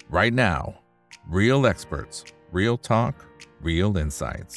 right now. Real experts, real talk, real insights.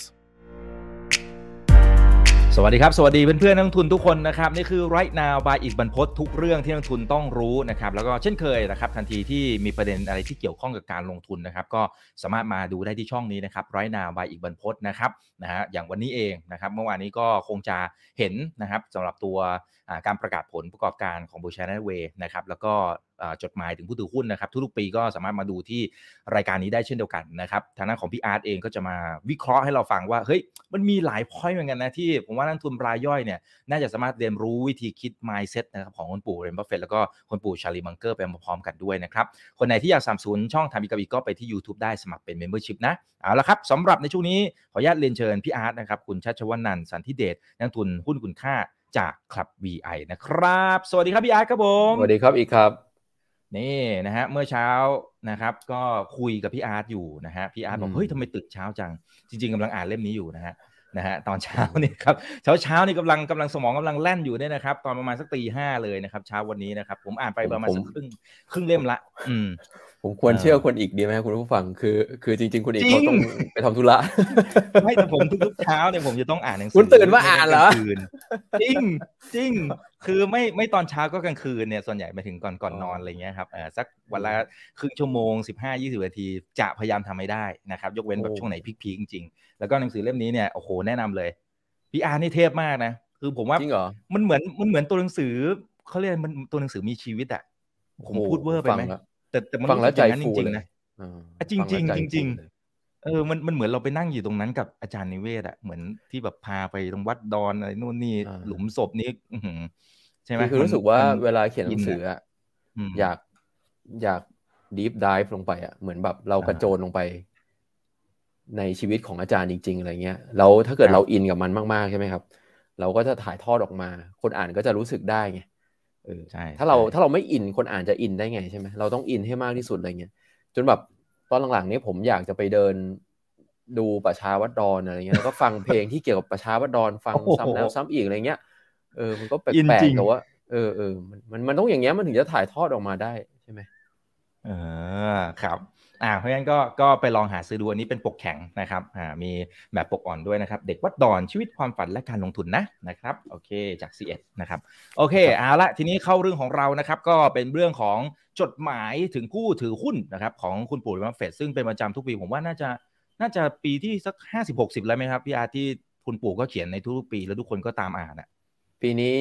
สวัสดีครับสวัสดีเพื่อนๆนักลงทุนทุกคนนะครับนี่คือ Right Now by อีกบรรพตทุกเรื่องที่นักลงทุนต้องรู้นะครับแล้วก็เช่นเคยนะครับทันทีที่มีประเด็นอะไรที่เกี่ยวข้องกับการลงทุนนะครับก็สามารถมาดูได้ที่ช่องนี้นะครับ Right Now by อีกบรรพตนะครับอย่างวันนี้เองนะครับเมื่อวานนี้ก็คงจะเห็นนะครับสำหรับตัวการประกาศผลประกอบการของ Berkshire Hathaway นะครับแล้วก็จดหมายถึงผู้ถือหุ้นนะครับทุกๆปีก็สามารถมาดูที่รายการนี้ได้เช่นเดียวกันนะครับทางด้านของพี่อาร์ตเองก็จะมาวิเคราะห์ให้เราฟังว่าเฮ้ยมันมีหลาย point เหมือนกันนะที่ผมว่านักลงทุนรายย่อยเนี่ยน่าจะสามารถเรียนรู้วิธีคิด mindset นะครับของคุณปู่เรนบัฟเฟตต์แล้วก็คุณปู่ชาลีมังเกอร์ไปพร้อมๆกันด้วยนะครับคนไหนที่อยากสนับสนุนช่องทำอีกกับอีกก็ไปที่ YouTube ได้สมัครเป็น membership นะเอาละครับสำหรับในช่วงนี้ขออนุญาตเรียนเชิญพี่อาร์ตนะครับคุณชัชวนันท์สันธิเดชนักลงทุนหุ้นคุณค่าจากคลับ VI นะครับสวัสดีครับพี่อาร์ตครับผมสวัสดีครับอีกครับนี่นะฮะเมื่อเช้านะครับก็คุยกับพี่อาร์ตอยู่นะฮะพี่อาร์ตบอกเฮ้ยทำไมตื่นเช้าจังจริงๆกำลังอ่านเล่มนี้อยู่นะฮะตอนเช้านี่ครับเช้านี่กำลังสมองกำลังแล่นอยู่เนี่ยนะครับตอนประมาณสัก 5:00 เลยนะครับเช้าวันนี้นะครับผมอ่านไปประมาณสักครึ่งเล่มละผมควรเชื่อคนอีกดีไหมครับคุณผู้ฟังคือจริงๆคุณอีกเขาต้องไปทำธุระไม่แต่ผมทุกเช้าเนี่ยผมจะต้องอ่านหนังสือคุณตื่นมาอ่านเหรอจริงคือไม่ตอนเช้าก็กลางคืนเนี่ยส่วนใหญ่ไปถึงก่อนนอนอะไรเงี้ยครับสักวันละครึ่งชั่วโมง 15-20 นาทีจะพยายามทำให้ได้นะครับยกเว้นแบบช่วงไหนพีคๆจริงๆแล้วก็หนังสือเล่มนี้เนี่ยโอ้โหแนะนำเลยพี่อาร์นี่เทพมากนะคือผมว่ามันเหมือนตัวหนังสือเขาเรียกมันตัวหนังสือมีชีวิตอ่ะผมพูดเวอร์ไปไหมแต่มันฟังแล้วใจฟูจริงๆนะจริงมันเหมือนเราไปนั่งอยู่ตรงนั้นกับอาจารย์นิเวศอ่ะเหมือนที่แบบพาไปตรงวัดดอนอะไรนู่นนี่หลุมศพนี้ใช่ไหมคือรู้สึกว่าเวลาเขียนหนังสืออ่ะอยากดีฟไดฟ์ลงไปอ่ะเหมือนแบบเรากระโจนลงไปในชีวิตของอาจารย์จริงๆอะไรเงี้ยแล้วถ้าเกิดเราอินกับมันมากๆใช่ไหมครับเราก็จะถ่ายทอดออกมาคนอ่านก็จะรู้สึกได้ไงใช่ถ้าเราไม่อินคนอ่านจะอินได้ไงใช่ไหมเราต้องอินให้มากที่สุดอะไรเงี้ยจนแบบตอนหลังๆนี้ผมอยากจะไปเดินดูประชาวัดดอนอะไรเงี้ยแล้วก็ฟังเพลงที่เกี่ยวกับประชาวัดดอนฟังซ้ำแล้วซ้ำอีกอะไรเงี้ยมันก็แปลกๆแต่ว่ามันต้องอย่างเงี้ยมันถึงจะถ่ายทอดออกมาได้ใช่ไหมครับเพราะฉะนั้นก็ไปลองหาซื้อดูอันนี้เป็นปกแข็งนะครับมีแบบปกอ่อนด้วยนะครับเด็กวัดดอนชีวิตความฝันและการลงทุนนะครับโอเคจาก C1 นะครับโอเคเอาละทีนี้เข้าเรื่องของเรานะครับก็เป็นเรื่องของจดหมายถึงผู้ถือหุ้นนะครับของคุณปู่บัฟเฟตต์ซึ่งเป็นประจำทุกปีผมว่าน่าจะปีที่สัก50-60แล้วไหมครับพี่อาร์ที่คุณปู่ก็เขียนในทุกปีแล้วทุกคนก็ตามอ่านปีนี้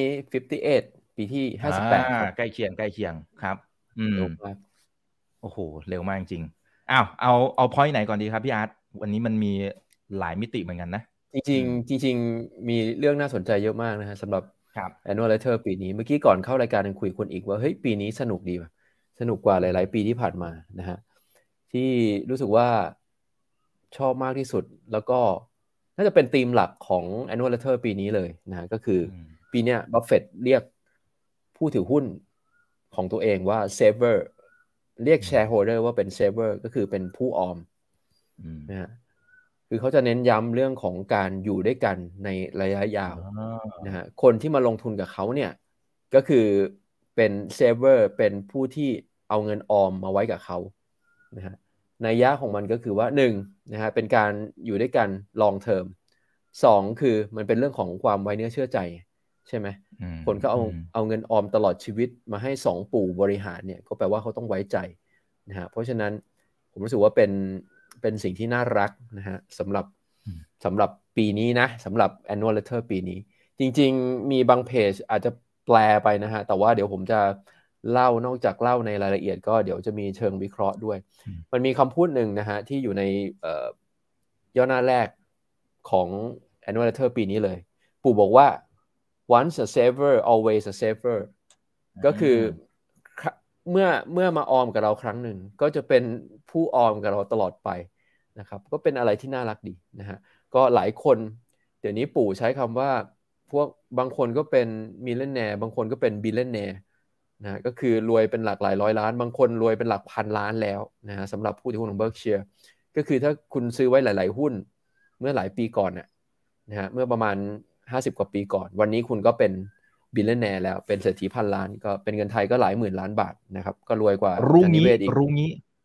58ปีที่58ครับใกล้เคียงครับโอ้โหเร็วมากจริงเอา point ไหนก่อนดีครับพี่อาร์ตวันนี้มันมีหลายมิติเหมือนกันนะจริงมีเรื่องน่าสนใจเยอะมากนะฮะสำหรับ Annual Letter ปีนี้เมื่อกี้ก่อนเข้ารายการยังคุยคนอีกว่าเฮ้ยปีนี้สนุกดีป่ะสนุกกว่าหลายๆปีที่ผ่านมานะฮะที่รู้สึกว่าชอบมากที่สุดแล้วก็น่าจะเป็นธีมหลักของ Annual Letter ปีนี้เลยนะฮะก็คือปีเนี้ยบัฟเฟตต์เรียกผู้ถือหุ้นของตัวเองว่า saver เรียก shareholder ว่าเป็น saver ก็คือเป็นผู้ออมนะฮะคือเขาจะเน้นย้ำเรื่องของการอยู่ด้วยกันในระยะยาวนะฮะคนที่มาลงทุนกับเขาเนี่ยก็คือเป็น saver เป็นผู้ที่เอาเงินออมมาไว้กับเขานะฮะนัยยะของมันก็คือว่า1นะฮะเป็นการอยู่ด้วยกัน long term 2คือมันเป็นเรื่องของความไว้เนื้อเชื่อใจใช่ไหมคนก็เอาเงินออมตลอดชีวิตมาให้2ปู่บริหารเนี่ยก็แปลว่าเขาต้องไว้ใจนะฮะเพราะฉะนั้นผมรู้สึกว่าเป็นสิ่งที่น่ารักนะฮะสำหรับปีนี้นะสำหรับ Annual Letter ปีนี้จริงๆมีบางเพจอาจจะแปลไปนะฮะแต่ว่าเดี๋ยวผมจะเล่านอกจากเล่าในรายละเอียดก็เดี๋ยวจะมีเชิงวิเคราะห์ด้วยมันมีคำพูดหนึ่งนะฮะที่อยู่ในย่อหน้าแรกของ Annual Letter ปีนี้เลยปู่บอกว่าonce a saver always a saver ก็คือเมื่อมาออมกับเราครั้งหนึ่งก็จะเป็นผู้ออมกับเราตลอดไปนะครับก็เป็นอะไรที่น่ารักดีนะฮะก็หลายคนเดี๋ยวนี้ปู่ใช้คำว่าพวกบางคนก็เป็นมิลเลนเนียร์บางคนก็เป็นบิลเลนเนียร์นะก็คือรวยเป็นหลักหลายร้อยล้านบางคนรวยเป็นหลักพันล้านแล้วนะฮะสำหรับผู้ถือหุ้นของ Berkshire ก็คือถ้าคุณซื้อไว้หลายๆหุ้นเมื่อหลายปีก่อนนะฮะเมื่อประมาณ50 กว่าปีก่อนวันนี้คุณก็เป็นบิลเลนเนียร์แล้วเป็นเศรษฐีพันล้านก็เป็นเงินไทยก็หลายหมื่นล้านบาทนะครับก็รวยกว่ารุ่งนี้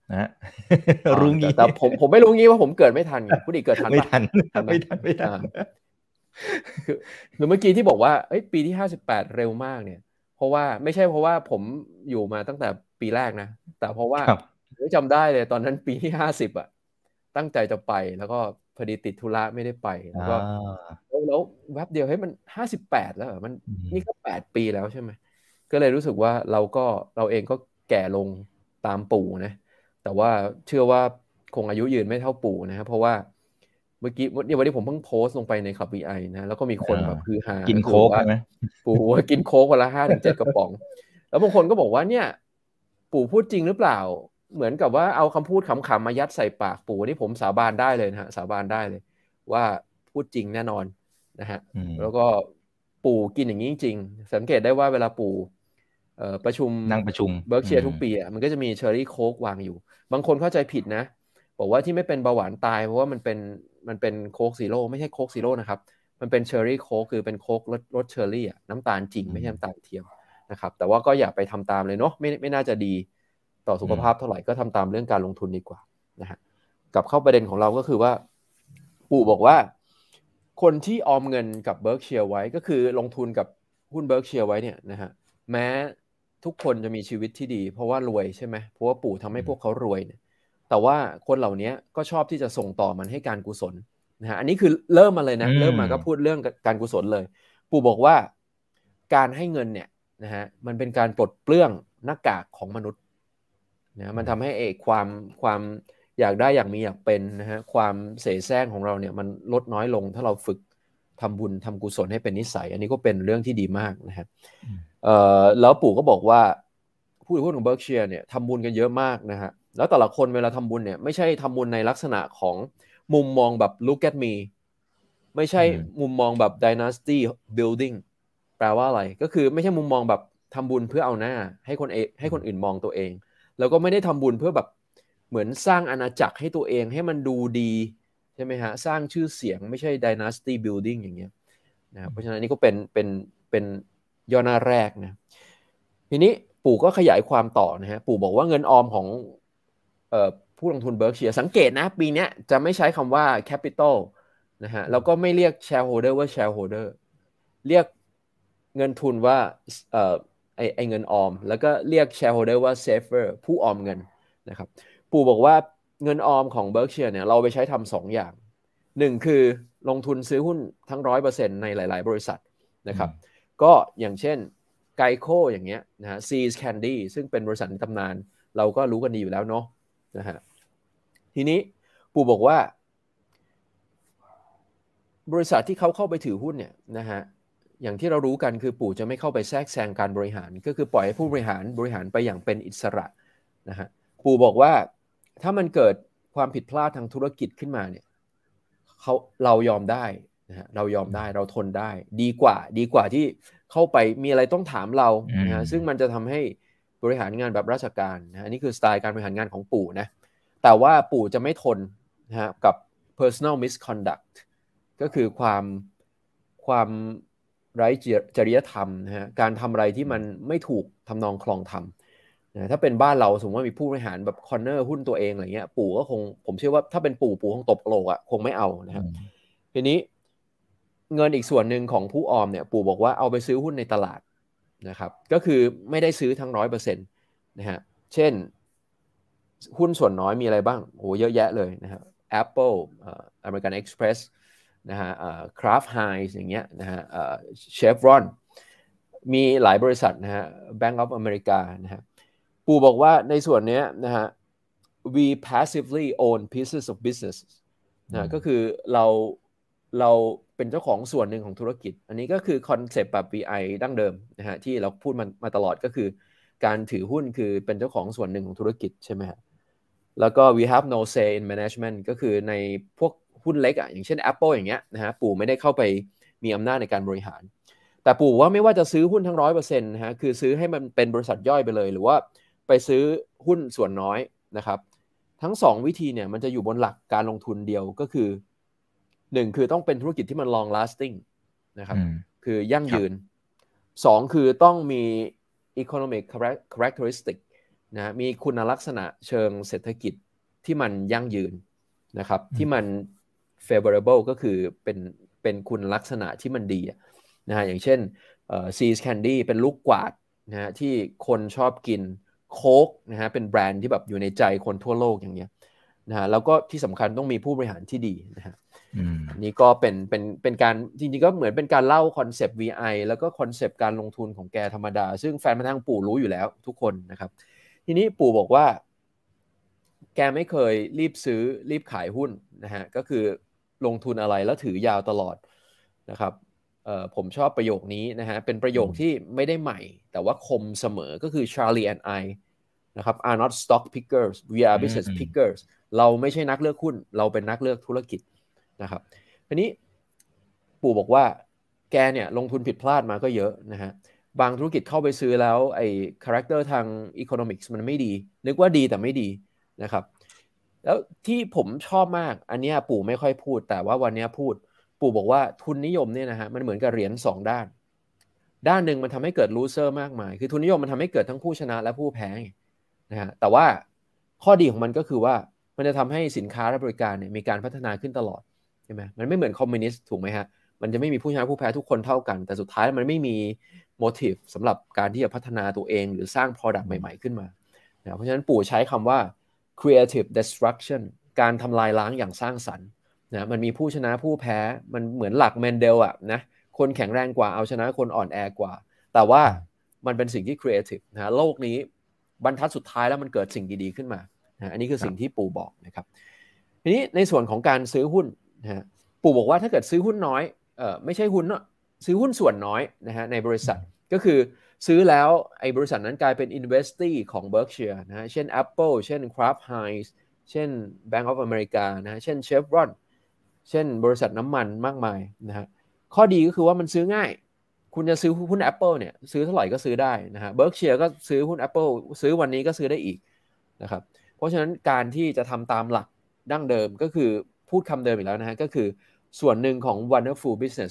นะ รู้งี้แต่ผมไม่รู้งี้ว่าผมเกิดไม่ทันไงคุณอีกเกิดทันไม่ปะทันทันไหมไม่ทันคือเมื่อกี้ที่บอกว่าปีที่58เร็วมากเนี่ยเพราะว่าไม่ใช่เพราะว่าผมอยู่มาตั้งแต่ปีแรกนะแต่เพราะว่าจำได้เลยตอนนั้นปีที่50อ่ะตั้งใจจะไปแล้วก็พอดีติดธุระไม่ได้ไปแล้วก็แล้วแวบเดียวมัน58แล้วมันนี่ก็8ปีแล้วใช่ไหมก็เลยรู้สึกว่าเราเองก็แก่ลงตามปู่นะแต่ว่าเชื่อว่าคงอายุยืนไม่เท่าปู่นะครับเพราะว่าเมื่อกี้วันนี้ผมเพิ่งโพสต์ลงไปในคลับ VI นะแล้วก็มีคนแบบฮือฮากินโค้กใช่ไหมปู่ว่ากินโค้กวันละ5-7 กระป๋องแล้วบางคนก็บอกว่าเนี่ยปู่พูดจริงหรือเปล่าเหมือนกับว่าเอาคำพูดขำๆมายัดใส่ปากปู่นี่ผมสาบานได้เลยนะฮะสาบานได้เลยว่าพูดจริงแน่นอนนะฮะแล้วก็ปู่กินอย่างนี้จริงๆสังเกตได้ว่าเวลาปู่ประชุมนั่งประชุมเบิร์กเชียร์ทุกปีมันก็จะมีเชอร์รี่โค้กวางอยู่บางคนเข้าใจผิดนะบอกว่าที่ไม่เป็นเบาหวานตายเพราะว่ามันเป็นโค้กซีโร่ไม่ใช่โค้กซีโร่นะครับมันเป็นเชอร์รี่โค้กคือเป็นโค้กรสเชอร์รี่น้ำตาลจริงไม่ใช่น้ำตาลเทียมนะครับแต่ว่าก็อย่าไปทำตามเลยเนาะไม่น่าจะดีต่อสุขภาพเท่าไหร่ก็ทำตามเรื่องการลงทุนดีกว่านะฮะกลับเข้าประเด็นของเราก็คือว่าปู่บอกว่าคนที่ออมเงินกับเบิร์กเชียร์ไว้ก็คือลงทุนกับหุ้นเบิร์กเชียร์ไว้เนี่ยนะฮะแม้ทุกคนจะมีชีวิตที่ดีเพราะว่ารวยใช่ไหมเพราะว่าปู่ทำให้พวกเขารวยเนี่ยแต่ว่าคนเหล่านี้ก็ชอบที่จะส่งต่อมันให้การกุศลนะฮะอันนี้คือเริ่มมาเลยนะเริ่มมาก็พูดเรื่องการกุศลเลยปู่บอกว่าการให้เงินเนี่ยนะฮะมันเป็นการปลดเปลื้องหน้ากากของมนุษย์นะมันทำให้ความอยากได้อยากมีอยากเป็นนะฮะความเสแสร้งของเราเนี่ยมันลดน้อยลงถ้าเราฝึกทำบุญทำกุศลให้เป็นนิสัยอันนี้ก็เป็นเรื่องที่ดีมากนะฮะแล้วปู่ก็บอกว่าผู้ถือหุ้นของเบิร์กเชียร์เนี่ยทำบุญกันเยอะมากนะฮะแล้วแต่ละคนเวลาทำบุญเนี่ยไม่ใช่ทำบุญในลักษณะของมุมมองแบบ look at me ไม่ใช่มุมมองแบบ dynasty building แปลว่าอะไรก็คือไม่ใช่มุมมองแบบทำบุญเพื่อเอาหน้าให้คนอื่นมองตัวเองแล้วก็ไม่ได้ทำบุญเพื่อแบบเหมือนสร้างอาณาจักรให้ตัวเองให้มันดูดีใช่ไหมฮะสร้างชื่อเสียงไม่ใช่ dynasty building อย่างเงี้ยนะเพราะฉะนั้นนี่ก็เป็นย่อหน้าแรกนะทีนี้ปู่ก็ขยายความต่อนะฮะปู่บอกว่าเงินออมของผู้ลงทุนเบิร์กเชียร์สังเกตนะปีนี้จะไม่ใช้คำว่า capital นะฮะแล้วก็ไม่เรียก shareholder ว่า shareholder เรียกเงินทุนว่าไอเงินออมแล้วก็เรียก shareholder ว่า saver ผู้ออมเงินนะครับปู่บอกว่าเงินออมของเบิร์กเชียร์เนี่ยเราไปใช้ทำ2อย่างหนึ่งคือลงทุนซื้อหุ้นทั้ง 100% ในหลายๆบริษัทนะครับก็อย่างเช่นไกโคอย่างเงี้ยนะฮะ See's Candy ซึ่งเป็นบริษัทในตำนานเราก็รู้กันดีอยู่แล้วเนาะนะฮะทีนี้ปู่บอกว่าบริษัทที่เขาเข้าไปถือหุ้นเนี่ยนะฮะอย่างที่เรารู้กันคือปู่จะไม่เข้าไปแทรกแซงการบริหารก็คือปล่อยให้ผู้บริหารไปอย่างเป็นอิสระนะฮะปู่บอกว่าถ้ามันเกิดความผิดพลาดทางธุรกิจขึ้นมาเนี่ยเรายอมได้นะฮะเรายอมได้เราทนได้ดีกว่าที่เข้าไปมีอะไรต้องถามเรานะฮะซึ่งมันจะทำให้บริหารงานแบบราชการนะอันนี้คือสไตล์การบริหารงานของปู่นะแต่ว่าปู่จะไม่ทนนะฮะกับ personal misconduct ก็คือความไร้จริยธรรมนะฮะการทำอะไรที่มันไม่ถูกทำนองคลองธรรมนะถ้าเป็นบ้านเราสมมติว่ามีผู้บริหารแบบคอร์เนอร์หุ้นตัวเองอะไรเงี้ยปู่ก็คงผมเชื่อว่าถ้าเป็นปู่คงตบโลกอ่ะคงไม่เอานะครับทีนี้เงินอีกส่วนหนึ่งของผู้ออมเนี่ยปู่บอกว่าเอาไปซื้อหุ้นในตลาดนะครับก็คือไม่ได้ซื้อทั้ง 100% นะฮะเช่นหุ้นส่วนน้อยมีอะไรบ้างโอ้เยอะแยะเลยนะครับ Apple American Express นะฮะKraft Heinz อย่างเงี้ยนะฮะChevron มีหลายบริษัทนะฮะ Bank of America นะฮะปู่บอกว่าในส่วนนี้นะฮะ we passively own pieces of business นะก็คือเราเป็นเจ้าของส่วนหนึ่งของธุรกิจอันนี้ก็คือคอนเซปต์แบบ VI ดั้งเดิมนะฮะที่เราพูดมาตลอดก็คือการถือหุ้นคือเป็นเจ้าของส่วนหนึ่งของธุรกิจใช่ไหมฮะแล้วก็ we have no say in management ก็คือในพวกหุ้นเล็กอ่ะอย่างเช่น Apple อย่างเงี้ยนะฮะปู่ไม่ได้เข้าไปมีอำนาจในการบริหารแต่ปู่ว่าไม่ว่าจะซื้อหุ้นทั้ง 100% นะฮะคือซื้อให้มันเป็นบริษัทย่อยไปเลยหรือว่าไปซื้อหุ้นส่วนน้อยนะครับทั้ง2วิธีเนี่ยมันจะอยู่บนหลักการลงทุนเดียวก็คือ1คือต้องเป็นธุรกิจที่มัน long lasting นะครับคือยั่งยืน2คือต้องมี economic characteristic นะมีคุณลักษณะเชิงเศรษฐกิจที่มันยั่งยืนนะครับที่มัน favorable ก็คือเป็นคุณลักษณะที่มันดีนะฮะอย่างเช่นSee's Candy เป็นลูกกวาดนะฮะที่คนชอบกินโค้กนะฮะเป็นแบรนด์ที่แบบอยู่ในใจคนทั่วโลกอย่างเงี้ยนะฮะแล้วก็ที่สำคัญต้องมีผู้บริหารที่ดีนะฮะนี่ก็เป็นการจริงๆก็เหมือนเป็นการเล่าคอนเซปต์ VI แล้วก็คอนเซปต์การลงทุนของแกธรรมดาซึ่งแฟนพันธุ์ทางปู่รู้อยู่แล้วทุกคนนะครับทีนี้ปู่บอกว่าแกไม่เคยรีบซื้อรีบขายหุ้นนะฮะก็คือลงทุนอะไรแล้วถือยาวตลอดนะครับผมชอบประโยคนี้นะฮะเป็นประโยคที่ไม่ได้ใหม่แต่ว่าคมเสมอก็คือ Charlie and I นะครับ are not stock pickers we are business pickers เราไม่ใช่นักเลือกหุ้นเราเป็นนักเลือกธุรกิจนะครับทีนี้ปู่บอกว่าแกเนี่ยลงทุนผิดพลาดมาก็เยอะนะฮะบางธุรกิจเข้าไปซื้อแล้วไอ้คาแรคเตอร์ทาง economics มันไม่ดีนึกว่าดีแต่ไม่ดีนะครับแล้วที่ผมชอบมากอันนี้ปู่ไม่ค่อยพูดแต่ว่าวันนี้พูดปู่บอกว่าทุนนิยมเนี่ยนะฮะมันเหมือนกับเหรียญ2ด้านหนึ่งมันทำให้เกิดลูเซอร์มากมายคือทุนนิยมมันทำให้เกิดทั้งผู้ชนะและผู้แพ้นะฮะแต่ว่าข้อดีของมันก็คือว่ามันจะทำให้สินค้าและบริการเนี่ยมีการพัฒนาขึ้นตลอดใช่ไหมมันไม่เหมือนคอมมิวนิสต์ถูกไหมฮะมันจะไม่มีผู้ชนะผู้แพ้ทุกคนเท่ากันแต่สุดท้ายมันไม่มี motive สำหรับการที่จะพัฒนาตัวเองหรือสร้าง product ใหม่ๆขึ้นมานะเพราะฉะนั้นปู่ใช้คำว่า creative destruction การทำลายล้างอย่างสร้างสรรค์นะมันมีผู้ชนะผู้แพ้มันเหมือนหลักแมนเดลอะนะคนแข็งแรงกว่าเอาชนะคนอ่อนแอกว่าแต่ว่ามันเป็นสิ่งที่ creative นะโลกนี้บรรทัดสุดท้ายแล้วมันเกิดสิ่งดีๆขึ้นมานะอันนี้คือสิ่งที่ปู่บอกนะครับทีนี้ในส่วนของการซื้อหุ้นนะปู่บอกว่าถ้าเกิดซื้อหุ้นน้อยไม่ใช่หุ้นซื้อหุ้นส่วนน้อยนะฮะในบริษัทก็คือซื้อแล้วไอ้บริษัทนั้นกลายเป็น investee ของ Berkshire นะฮะเช่น Apple เช่น Kraft Heinz เช่น Bank of America นะฮะเช่น Chevron เช่นบริษัทน้ำมันมากมายนะฮะข้อดีก็คือว่ามันซื้อง่ายคุณจะซื้อหุ้น Apple เนี่ยซื้อเท่าไหร่ก็ซื้อได้นะฮะ Berkshire ก็ซื้อหุ้น Apple ซื้อวันนี้ก็ซื้อได้อีกนะครับเพราะฉะนั้นการที่จะทำตามหลักดั้งเดิมก็คือพูดคำเดิมอีกแล้วนะฮะก็คือส่วนหนึ่งของ wonderful business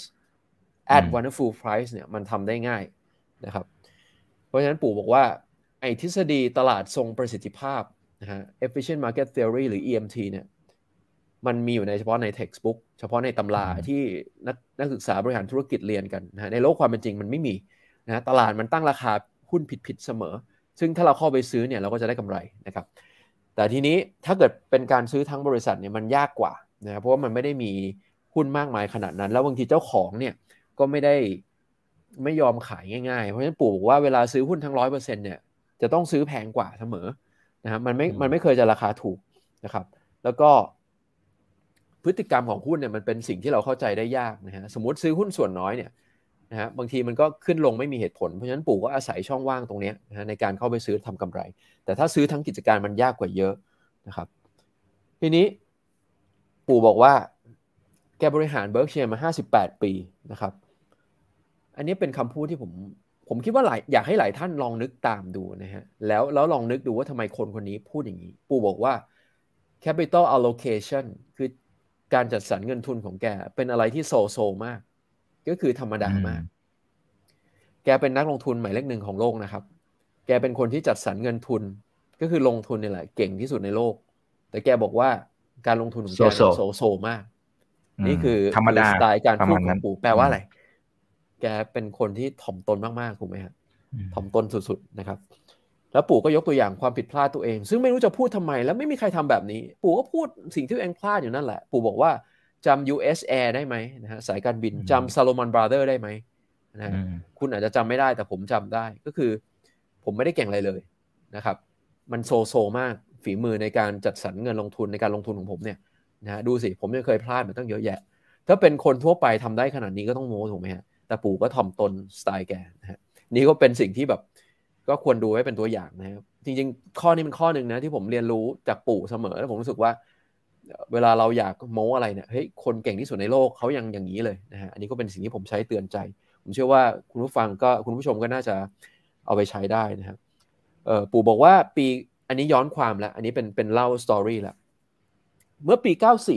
at wonderful price เนี่ยมันทำได้ง่ายนะครับเพราะฉะนั้นปู่บอกว่าไอ้ทฤษฎีตลาดทรงประสิทธิภาพนะฮะ efficient market theory หรือ EMT เนี่ยมันมีอยู่ในเฉพาะใน textbook เฉพาะในตำราที่นักศึกษาบริหารธุรกิจเรียนกันนะฮะในโลกความเป็นจริงมันไม่มีนะตลาดมันตั้งราคาหุ้นผิดเสมอซึ่งถ้าเราเข้าไปซื้อเนี่ยเราก็จะได้กำไรนะครับแต่ทีนี้ถ้าเกิดเป็นการซื้อทั้งบริษัทเนี่ยมันยากกว่านะเพราะว่ามันไม่ได้มีหุ้นมากมายขนาดนั้นแล้วบางทีเจ้าของเนี่ยก็ไม่ยอมขายง่ายๆเพราะฉะนั้นปู่บอกว่าเวลาซื้อหุ้นทั้ง 100% เนี่ยจะต้องซื้อแพงกว่าเสมอนะครับมันไม่เคยจะราคาถูกนะครับแล้วก็พฤติกรรมของหุ้นเนี่ยมันเป็นสิ่งที่เราเข้าใจได้ยากนะฮะสมมุติซื้อหุ้นส่วนน้อยเนี่ยนะฮะบางทีมันก็ขึ้นลงไม่มีเหตุผลเพราะฉะนั้นปู่ก็อาศัยช่องว่างตรงนี้นะฮะในการเข้าไปซื้อทำกำไรแต่ถ้าซื้อทั้งกิจการมันยากกว่าเยอะนะครับทีนี้ปู่บอกว่าแกบริหารเบิร์กเชียร์มา58 ปีนะครับอันนี้เป็นคำพูดที่ผมคิดว่าอยากให้หลายท่านลองนึกตามดูนะฮะแล้วลองนึกดูว่าทำไมคนนี้พูดอย่างนี้ปู่บอกว่า capital allocation คือการจัดสรรเงินทุนของแกเป็นอะไรที่โซมากก็คือธรรมดามากแกเป็นนักลงทุนหมายเลข 1ของโลกนะครับแกเป็นคนที่จัดสรรเงินทุนก็คือลงทุนนี่แหละเก่งที่สุดในโลกแต่แกบอกว่าการลงทุนของแกโซมากนี่คือธรรมดาสไตล์การพูดของปู่แปลว่าอะไรแกเป็นคนที่ถ่อมตนมากๆถูกไหมครับถ่อมตนสุดๆนะครับแล้วปู่ก็ยกตัวอย่างความผิดพลาดตัวเองซึ่งไม่รู้จะพูดทำไมแล้วไม่มีใครทำแบบนี้ปู่ก็พูดสิ่งที่ตัวเองพลาดอยู่นั่นแหละปู่บอกว่าจำ US Air ได้ไหมนะฮะสายการบินจำ Salomon Brothers ได้ไหมนะคุณอาจจะจำไม่ได้แต่ผมจำได้ก็คือผมไม่ได้เก่งอะไรเลยนะครับมันโซมากฝีมือในการจัดสรรเงินลงทุนในการลงทุนของผมเนี่ยนะดูสิผมยังเคยพลาดมาตั้งเยอะแยะถ้าเป็นคนทั่วไปทำได้ขนาดนี้ก็ต้องโม้ถูกไหมฮะแต่ปู่ก็ถ่อมตนสไตล์แกนะฮะนี่ก็เป็นสิ่งที่แบบก็ควรดูไว้เป็นตัวอย่างนะครับจริงๆข้อนี้เป็นข้อหนึ่งนะที่ผมเรียนรู้จากปู่เสมอแล้วผมรู้สึกว่าเวลาเราอยากโม้อะไรเนี่ยเฮ้ยคนเก่งที่สุดในโลกเขายังอย่างนี้เลยนะฮะอันนี้ก็เป็นสิ่งที่ผมใช้เตือนใจผมเชื่อว่าคุณผู้ชมก็น่าจะเอาไปใช้ได้นะครับปู่บอกว่าปีอันนี้ย้อนความแล้วอันนี้เป็นเล่าสตอรี่แล้วเมื่อปี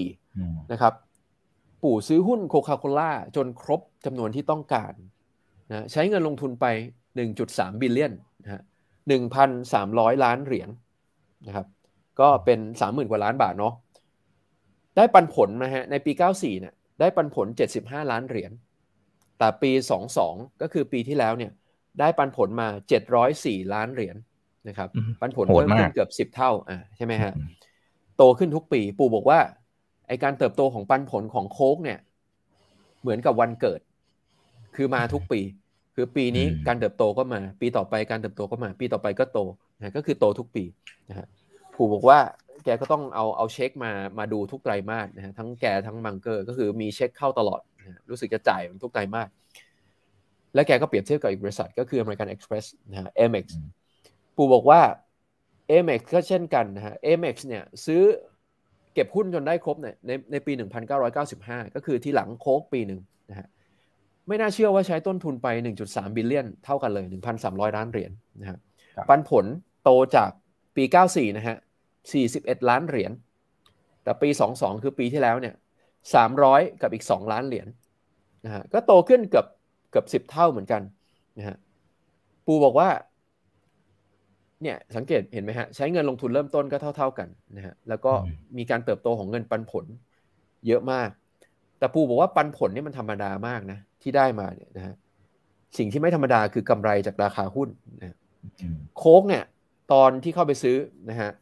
94นะครับปู่ซื้อหุ้นโคคาโคล่าจนครบจำนวนที่ต้องการนะใช้เงินลงทุนไป 1.3 บิลเลียนนะฮะ 1,300 ล้านเหรียญนะครับก็เป็น 30,000 กว่าล้านบาทเนาะได้ปันผลนะฮะในปี94เนี่ยได้ปันผล75ล้านเหรียญแต่ปี22ก็คือปีที่แล้วเนี่ยได้ปันผลมา704ล้านเหรียญนะครับปันผลเพิ่มขึ้นเกือบ10เท่าใช่ไหมฮะโตขึ้นทุกปีปู่บอกว่าไอการเติบโตของปันผลของโค้กเนี่ยเหมือนกับวันเกิดคือมาทุกปีคือปีนี้การเติบโตก็มาปีต่อไปการเติบโตก็มาปีต่อไปก็โตนะก็คือโตทุกปีนะฮะปู่บอกว่าแกก็ต้องเอาเช็คมาดูทุกไตรมาสนะฮะทั้งแกทั้งบังเกอร์ก็คือมีเช็คเข้าตลอดนะรู้สึกจะจ่ายทุกไตรมาสและแกก็เปรียบเทียบกับอีกบริษัทก็คือ American Express นะฮะ Amex ปู่บอกว่า Amex ก็เช่นกันนะฮะ Amex เนี่ยซื้อเก็บหุ้นจนได้ครบเนี่ยในปี1995ก็คือที่หลังโค้กปีหนึ่งนะฮะไม่น่าเชื่อว่าใช้ต้นทุนไป 1.3 บิลเลียนเท่ากันเลย 1,300 ล้านเหรียญนะฮะปันผลโตจากปี94นะฮะ41ล้านเหรียญแต่ปี22คือปีที่แล้วเนี่ย300กับอีก2ล้านเหรียญนะฮะก็โตขึ้นเกือบ10เท่าเหมือนกันนะฮะปูบอกว่าเนี่ยสังเกตเห็นไหมฮะใช้เงินลงทุนเริ่มต้นก็เท่ากันนะฮะแล้วก็มีการเติบโตของเงินปันผลเยอะมากแต่ปูบอกว่าปันผลนี่มันธรรมดามากนะที่ได้มาเนี่ยนะฮะสิ่งที่ไม่ธรรมดาคือกำไรจากราคาหุ้นนะโค้กเนี่ยตอนที่เข้าไปซื้อนะฮะ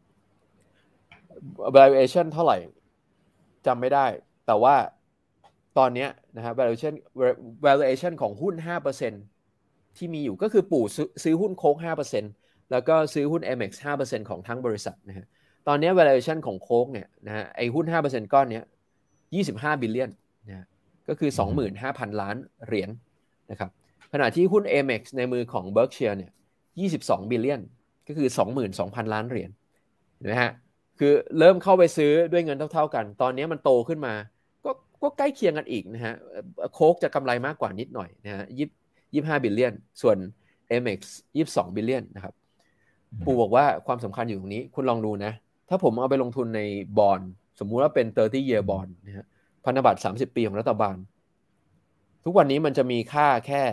valuation เท่าไหร่จำไม่ได้แต่ว่าตอนนี้นะฮะ valuation ของหุ้น 5% ที่มีอยู่ก็คือปู่ซื้อหุ้นโค้ก 5% แล้วก็ซื้อหุ้น Amex 5% ของทั้งบริษัทนะฮะตอนนี้ valuation ของโค้กเนี่ยนะฮะไอ้หุ้น 5% ก้อนนี้25 บิลเลียนนะก็คือ 25,000 ล้านเหรียญนะครับขณะที่หุ้น Amex ในมือของ Berkshire เนี่ย22 บิลเลียนก็คือ 22,000 ล้านเหรียญเห็นไหมฮะคือเริ่มเข้าไปซื้อด้วยเงินเท่าๆกันตอนนี้มันโตขึ้นมาก็ใกล้เคียงกันอีกนะฮะโค้กจะกำไรมากกว่านิดหน่อยนะฮะ25 บิลเลียนส่วน Amex 22 บิลเลียนนะครับปู่บอกว่าความสำคัญอยู่ตรงนี้คุณลองดูนะถ้าผมเอาไปลงทุนในบอนด์สมมุติว่าเป็น30 year bond นะฮะพันธบัตร30 ปีของรัฐบาลทุกวันนี้มันจะมีค่าแค่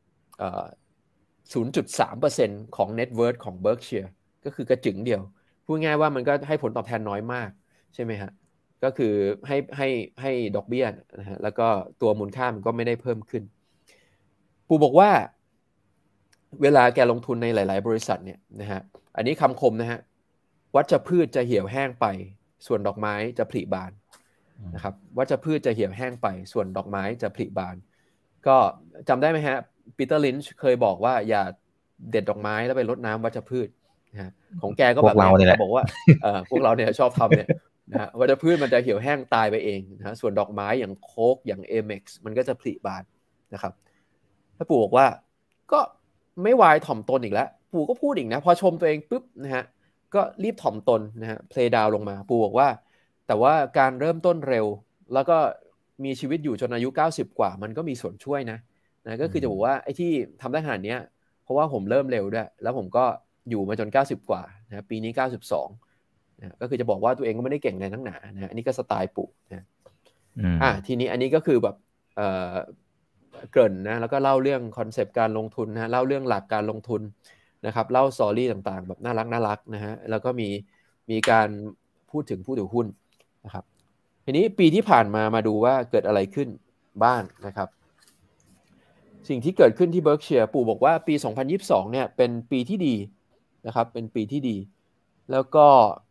0.3% ของ net worth ของ Berkshire ก็คือกระจึงเดียวพูดง่ายว่ามันก็ให้ผลตอบแทนน้อยมากใช่ไหมฮะก็คือให้ดอกเบี้ยนะฮะแล้วก็ตัวมูลค่ามันก็ไม่ได้เพิ่มขึ้นปู่บอกว่าเวลาแกลงทุนในหลายๆบริษัทเนี่ยนะฮะอันนี้คำคมนะฮะวัชพืชจะเหี่ยวแห้งไปส่วนดอกไม้จะผลิบานนะครับวัชพืชจะเหี่ยวแห้งไปส่วนดอกไม้จะผลิบานก็จำได้ไหมฮะปีเตอร์ลินช์เคยบอกว่าอย่าเด็ดดอกไม้แล้วไปรดน้ำวัชพืชนะของแกก็แบบนี้บอกว่าพวกเราเนี่ยชอบทำเนี่ยนะวัชพืชมันจะเหี่ยวแห้งตายไปเองนะส่วนดอกไม้อย่างโค้กอย่าง Amex มันก็จะผลิบานนะครับถ้าปู่บอกว่าก็ไม่วายถ่อมตนอีกแล้วปู่ก็พูดอีกนะพอชมตัวเองปุ๊บนะฮะก็รีบถ่อมตนนะฮะเพลย์ดาวลงมาปู่บอกว่าแต่ว่าการเริ่มต้นเร็วแล้วก็มีชีวิตอยู่จนอายุ90กว่ามันก็มีส่วนช่วยนะก็คือจะบอกว่าไอ้ที่ทำได้ขนาดนี้เพราะว่าผมเริ่มเร็วด้วยแล้วผมก็อยู่มาจน90กว่านะปีนี้92นะก็คือจะบอกว่าตัวเองก็ไม่ได้เก่งในทั้งหนานะอันนี้ก็สไตล์ปู่นะทีนี้อันนี้ก็คือแบบเกริ่นนะแล้วก็เล่าเรื่องคอนเซปต์การลงทุนนะเล่าเรื่องหลักการลงทุนนะครับเล่าสตอรี่ต่างๆแบบน่ารักนะฮะแล้วก็มีการพูดถึงผู้ถือหุ้นนะครับทีนี้ปีที่ผ่านมาดูว่าเกิดอะไรขึ้นบ้างนะครับสิ่งที่เกิดขึ้นที่ Berkshire ปู่บอกว่าปี2022เนี่ยเป็นปีที่ดีนะครับเป็นปีที่ดีแล้วก็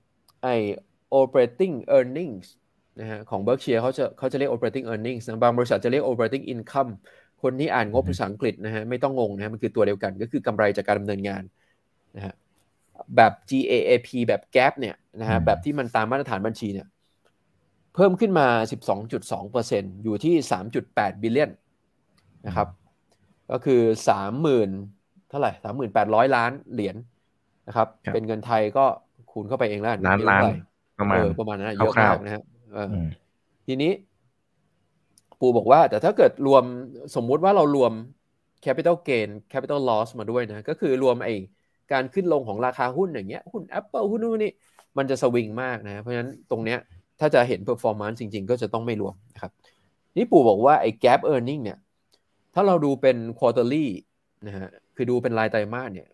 operating earnings นะฮะของ Berkshire เขาจะเรียก operating earnings นะบางบริษัทจะเรียก operating income คนที่อ่านงบภาษาอังกฤษนะฮะไม่ต้องงงนะมันคือตัวเดียวกันก็คือกำไรจากการดำเนินงานนะฮะแบบ GAAP แบบ GAAP เนี่ยนะฮะแบบที่มันตามมาตรฐานบัญชีเนี่ยเพิ่มขึ้นมา 12.2% อยู่ที่ 3.8 บิลเลียนนะครับก็คือ30,000เท่าไหร่ 3,800 ล้านเหรียญนะครับเป็นเงินไทยก็คูณเข้าไปเองแล้วล้านประมาณนั้นเยอะมากนะฮะทีนี้ปู่บอกว่าแต่ถ้าเกิดรวมสมมุติว่าเรารวม capital gain capital loss มาด้วยนะก็คือรวมการขึ้นลงของราคาหุ้นอย่างเงี้ยหุ้น Apple หุ้นนู่นนี่มันจะสวิงมากนะเพราะฉะนั้นตรงเนี้ยถ้าจะเห็น performance จริงๆก็จะต้องไม่รวมนะครับนี่ปู่บอกว่าgap earning เนี่ยถ้าเราดูเป็น quarterly นะฮะคือดูเป็นรายไตรมาสเนี่ย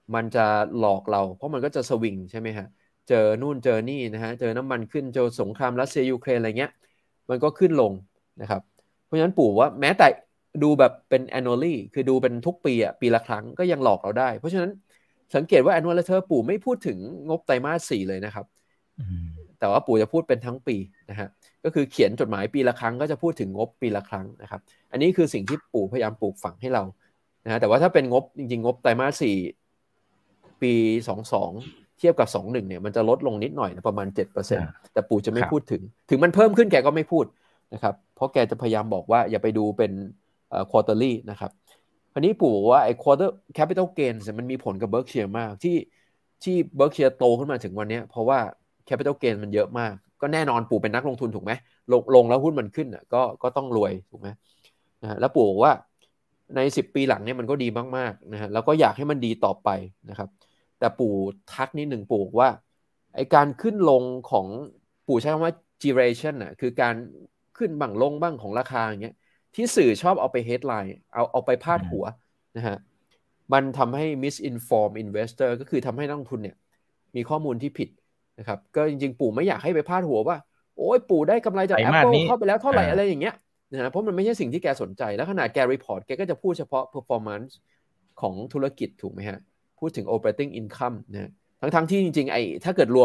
มันจะหลอกเราเพราะมันก็จะสวิงใช่ไหมฮะเจอนู่นเจอนี่นะฮะเจอน้ำมันขึ้นเจอสงครามรัสเซียยูเครนอะไรเงี้ยมันก็ขึ้นลงนะครับเพราะฉะนั้นปู่ว่าแม้แต่ดูแบบเป็น annually คือดูเป็นทุกปีปีละครั้งก็ยังหลอกเราได้เพราะฉะนั้นสังเกตว่า annual letter ปู่ไม่พูดถึงงบไตรมาส 4เลยนะครับแต่ว่าปู่จะพูดเป็นทั้งปีนะฮะก็คือเขียนจดหมายปีละครั้งก็จะพูดถึงงบปีละครั้งนะครับอันนี้คือสิ่งที่ปู่พยายามปลูกฝังให้เรานะฮะแต่ว่าถ้าเป็นงบจริงๆงบไตรมาส 4ปี22เทียบกับ21เนี่ยมันจะลดลงนิดหน่อยนะประมาณ 7% แต่ปู่จะไม่พูดถึงมันเพิ่มขึ้นแกก็ไม่พูดนะครับเพราะแกจะพยายามบอกว่าอย่าไปดูเป็นquarterly นะครับคราวนี้ปู่บอกว่าไอ้ quarter capital gains มันมีผลกับ Berkshire มากที่ Berkshire โตขึ้นมาถึงวันนี้เพราะว่า capital gain มันเยอะมากก็แน่นอนปู่เป็นนักลงทุนถูกไหมลงแล้วหุ้นมันขึ้นก็ต้องรวยถูกไหมนะแล้วปู่บอกว่าใน10ปีหลังเนี่ยมันก็ดีมากๆนะฮะแล้วก็อยากให้มันดีต่อไปนะครับแต่ปู่ทักนิดหนึ่งปู่บอกว่าไอ้การขึ้นลงของปู่ใช้คำว่า duration น่ะคือการขึ้นบ้างลงบ้างของราคาอย่างเงี้ยที่สื่อชอบเอาไป headline เอาไปพาดหัวนะฮะมันทำให้ misinform investor ก็คือทำให้นักลงทุนเนี่ยมีข้อมูลที่ผิดนะครับก็จริงๆปู่ไม่อยากให้ไปพาดหัวว่าโอ้ยปู่ได้กำไรจาก Apple เข้าไปแล้วเท่าไหร่อะไรอย่างเงี้ยนะเพราะมันไม่ใช่สิ่งที่แกสนใจแล้วขนาดแก report แกก็จะพูดเฉพาะ performance ของธุรกิจถูกไหมฮะพูดถึง operating income นะทั้งที่จริงๆถ้าเกิดรวม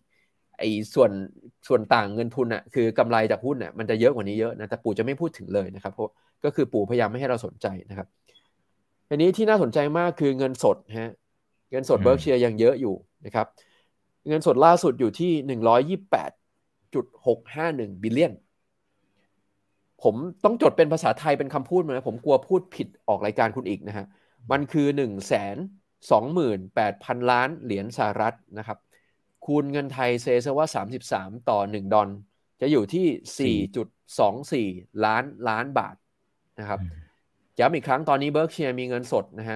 ส่วนต่างเงินทุนคือกำไรจากหุ้นมันจะเยอะกว่านี้เยอะนะแต่ปู่จะไม่พูดถึงเลยนะครับเพราะก็คือปู่พยายามไม่ให้เราสนใจนะครับอันนี้ที่น่าสนใจมากคือเงินสดฮะเงินสด Berkshire ยังเยอะอยู่นะครับเงินสดล่าสุดอยู่ที่128.651 บิลเลียนผมต้องจดเป็นภาษาไทยเป็นคำพูดมานะผมกลัวพูดผิดออกรายการคุณอีกนะฮะมันคือ128,000 ล้านเหรียญสหรัฐนะครับคูณเงินไทยเซซะว่า33ต่อ1ดอลจะอยู่ที่ 4.24 ล้านบาทนะครับย้ำอีกครั้งตอนนี้ Berkshire มีเงินสดนะฮะ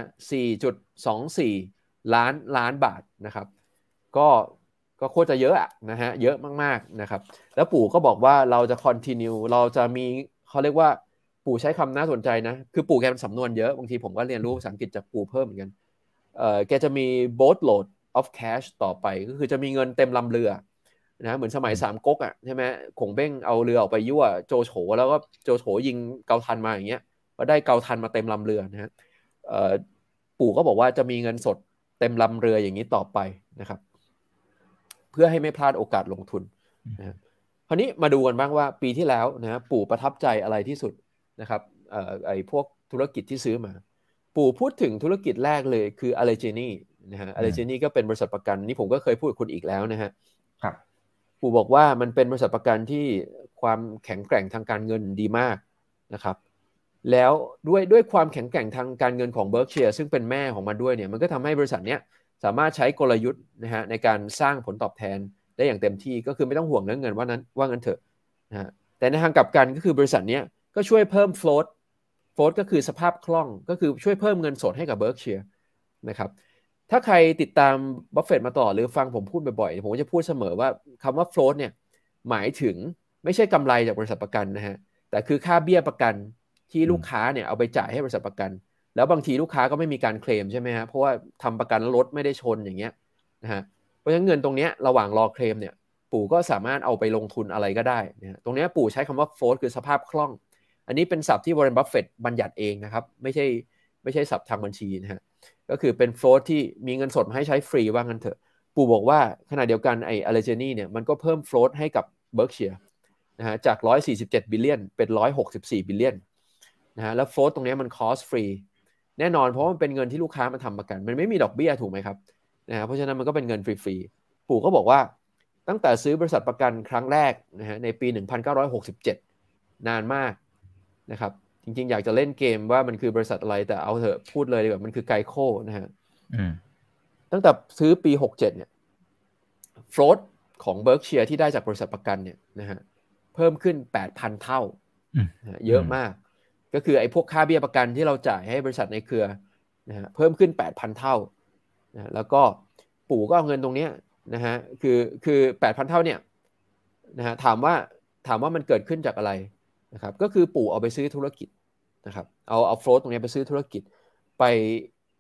4.24 ล้านบาทนะครับก็โคตรจะเยอะนะฮะเยอะมากๆนะครับแล้วปู่ก็บอกว่าเราจะ continue เราจะมีเขาเรียกว่าปู่ใช้คำน่าสนใจนะคือปู่แกเป็นสำนวนเยอะบางทีผมก็เรียนรู้ภาษาอังกฤษจากปู่เพิ่มเหมือนกันแกจะมี boatload of cash ต่อไปก็คือจะมีเงินเต็มลำเรือนะเหมือนสมัย3ก๊กใช่ไหมขงเบ้งเอาเรือออกไปยั่วโจโฉแล้วก็โจโฉยิงเกาทันมาอย่างเงี้ยก็ได้เกาทันมาเต็มลำเรือนะฮะปู่ก็บอกว่าจะมีเงินสดเต็มลำเรืออย่างนี้ต่อไปนะครับเพื่อให้ไม่พลาดโอกาสลงทุนนะคราวนี้มาดูกันบ้างว่าปีที่แล้วนะปู่ประทับใจอะไรที่สุดนะครับไอ้พวกธุรกิจที่ซื้อมาปู่พูดถึงธุรกิจแรกเลยคือ Allegheny นะฮะ Allegheny ก็เป็นบริษัทประกันนี่ผมก็เคยพูดกับคุณอีกแล้วนะฮะครับปู่บอกว่ามันเป็นบริษัทประกันที่ความแข็งแกร่งทางการเงินดีมากนะครับแล้วด้วยความแข็งแกร่งทางการเงินของ Berkshire ซึ่งเป็นแม่ของมันด้วยเนี่ยมันก็ทำให้บริษัทเนี้ยสามารถใช้กลยุทธ์นะฮะในการสร้างผลตอบแทนได้อย่างเต็มที่ก็คือไม่ต้องห่วงเรื่องเงินว่างั้นเถอะนะฮะแต่ในทางกลับกันก็คือบริษัทเนี้ยก็ช่วยเพิ่ม float ก็คือสภาพคล่องก็คือช่วยเพิ่มเงินสดให้กับ Berkshire นะครับถ้าใครติดตามบัฟเฟตต์มาต่อหรือฟังผมพูดบ่อยๆผมจะพูดเสมอว่าคำว่า float เนี่ยหมายถึงไม่ใช่กำไรจากบริษัทประกันนะฮะแต่คือค่าเบี้ยประกันที่ลูกค้าเนี่ยเอาไปจ่ายให้บริษัทประกันแล้วบางทีลูกค้าก็ไม่มีการเคลมใช่ไหมฮะเพราะว่าทำประกันรถไม่ได้ชนอย่างเงี้ยนะฮะเพราะฉะนั้นเงินตรงนี้ระหว่างรอเคลมเนี่ยปู่ก็สามารถเอาไปลงทุนอะไรก็ได้นะตรงนี้ปู่ใช้คำว่า float คือสภาพคล่องอันนี้เป็นศัพท์ที่วอร์เรน บัฟเฟตต์บัญญัติเองนะครับไม่ใช่ศัพท์ทางบัญชีนะฮะก็คือเป็น float ที่มีเงินสดมาให้ใช้ฟรีว่างั้นเถอะปู่บอกว่าขณะเดียวกันไอ้ Allegheny เนี่ยมันก็เพิ่ม float ให้กับ Berkshire นะฮะจาก147บิลเลียนเป็น164บิลเลียนนะฮะแล้ว float ตรงนี้มัน cost free แน่นอนเพราะมันเป็นเงินที่ลูกค้ามาทำประกันมันไม่มีดอกเบี้ยถูกไหมครับนะฮะเพราะฉะนั้นมันก็เป็นเงินฟรีๆปู่ก็บอกว่าตั้งแต่ซื้อบริษัทประกันครั้งแรกนะฮะในปี1967นานมากนะครับจริงๆอยากจะเล่นเกมว่ามันคือบริษัทอะไรแต่เอาเถอะพูดเลยดีกว่ามันคือไกโคนะฮะตั้งแต่ซื้อปี67เนี่ยโฟลตของ Berkshire ที่ได้จากบริษัทประกันเนี่ยนะฮะเพิ่มขึ้น 8,000 เท่าเยอะมากก็คือไอ้พวกค่าเบี้ยประกันที่เราจ่ายให้บริษัทในเครือนะฮะเพิ่มขึ้น 8,000 เท่านะแล้วก็ปู่ก็เอาเงินตรงนี้นะฮะคือ 8,000 เท่าเนี่ยนะฮะถามว่ามันเกิดขึ้นจากอะไรนะครับก็คือปู่เอาไปซื้อธุรกิจนะครับเอาโฟลตตรงนี้ไปซื้อธุรกิจไป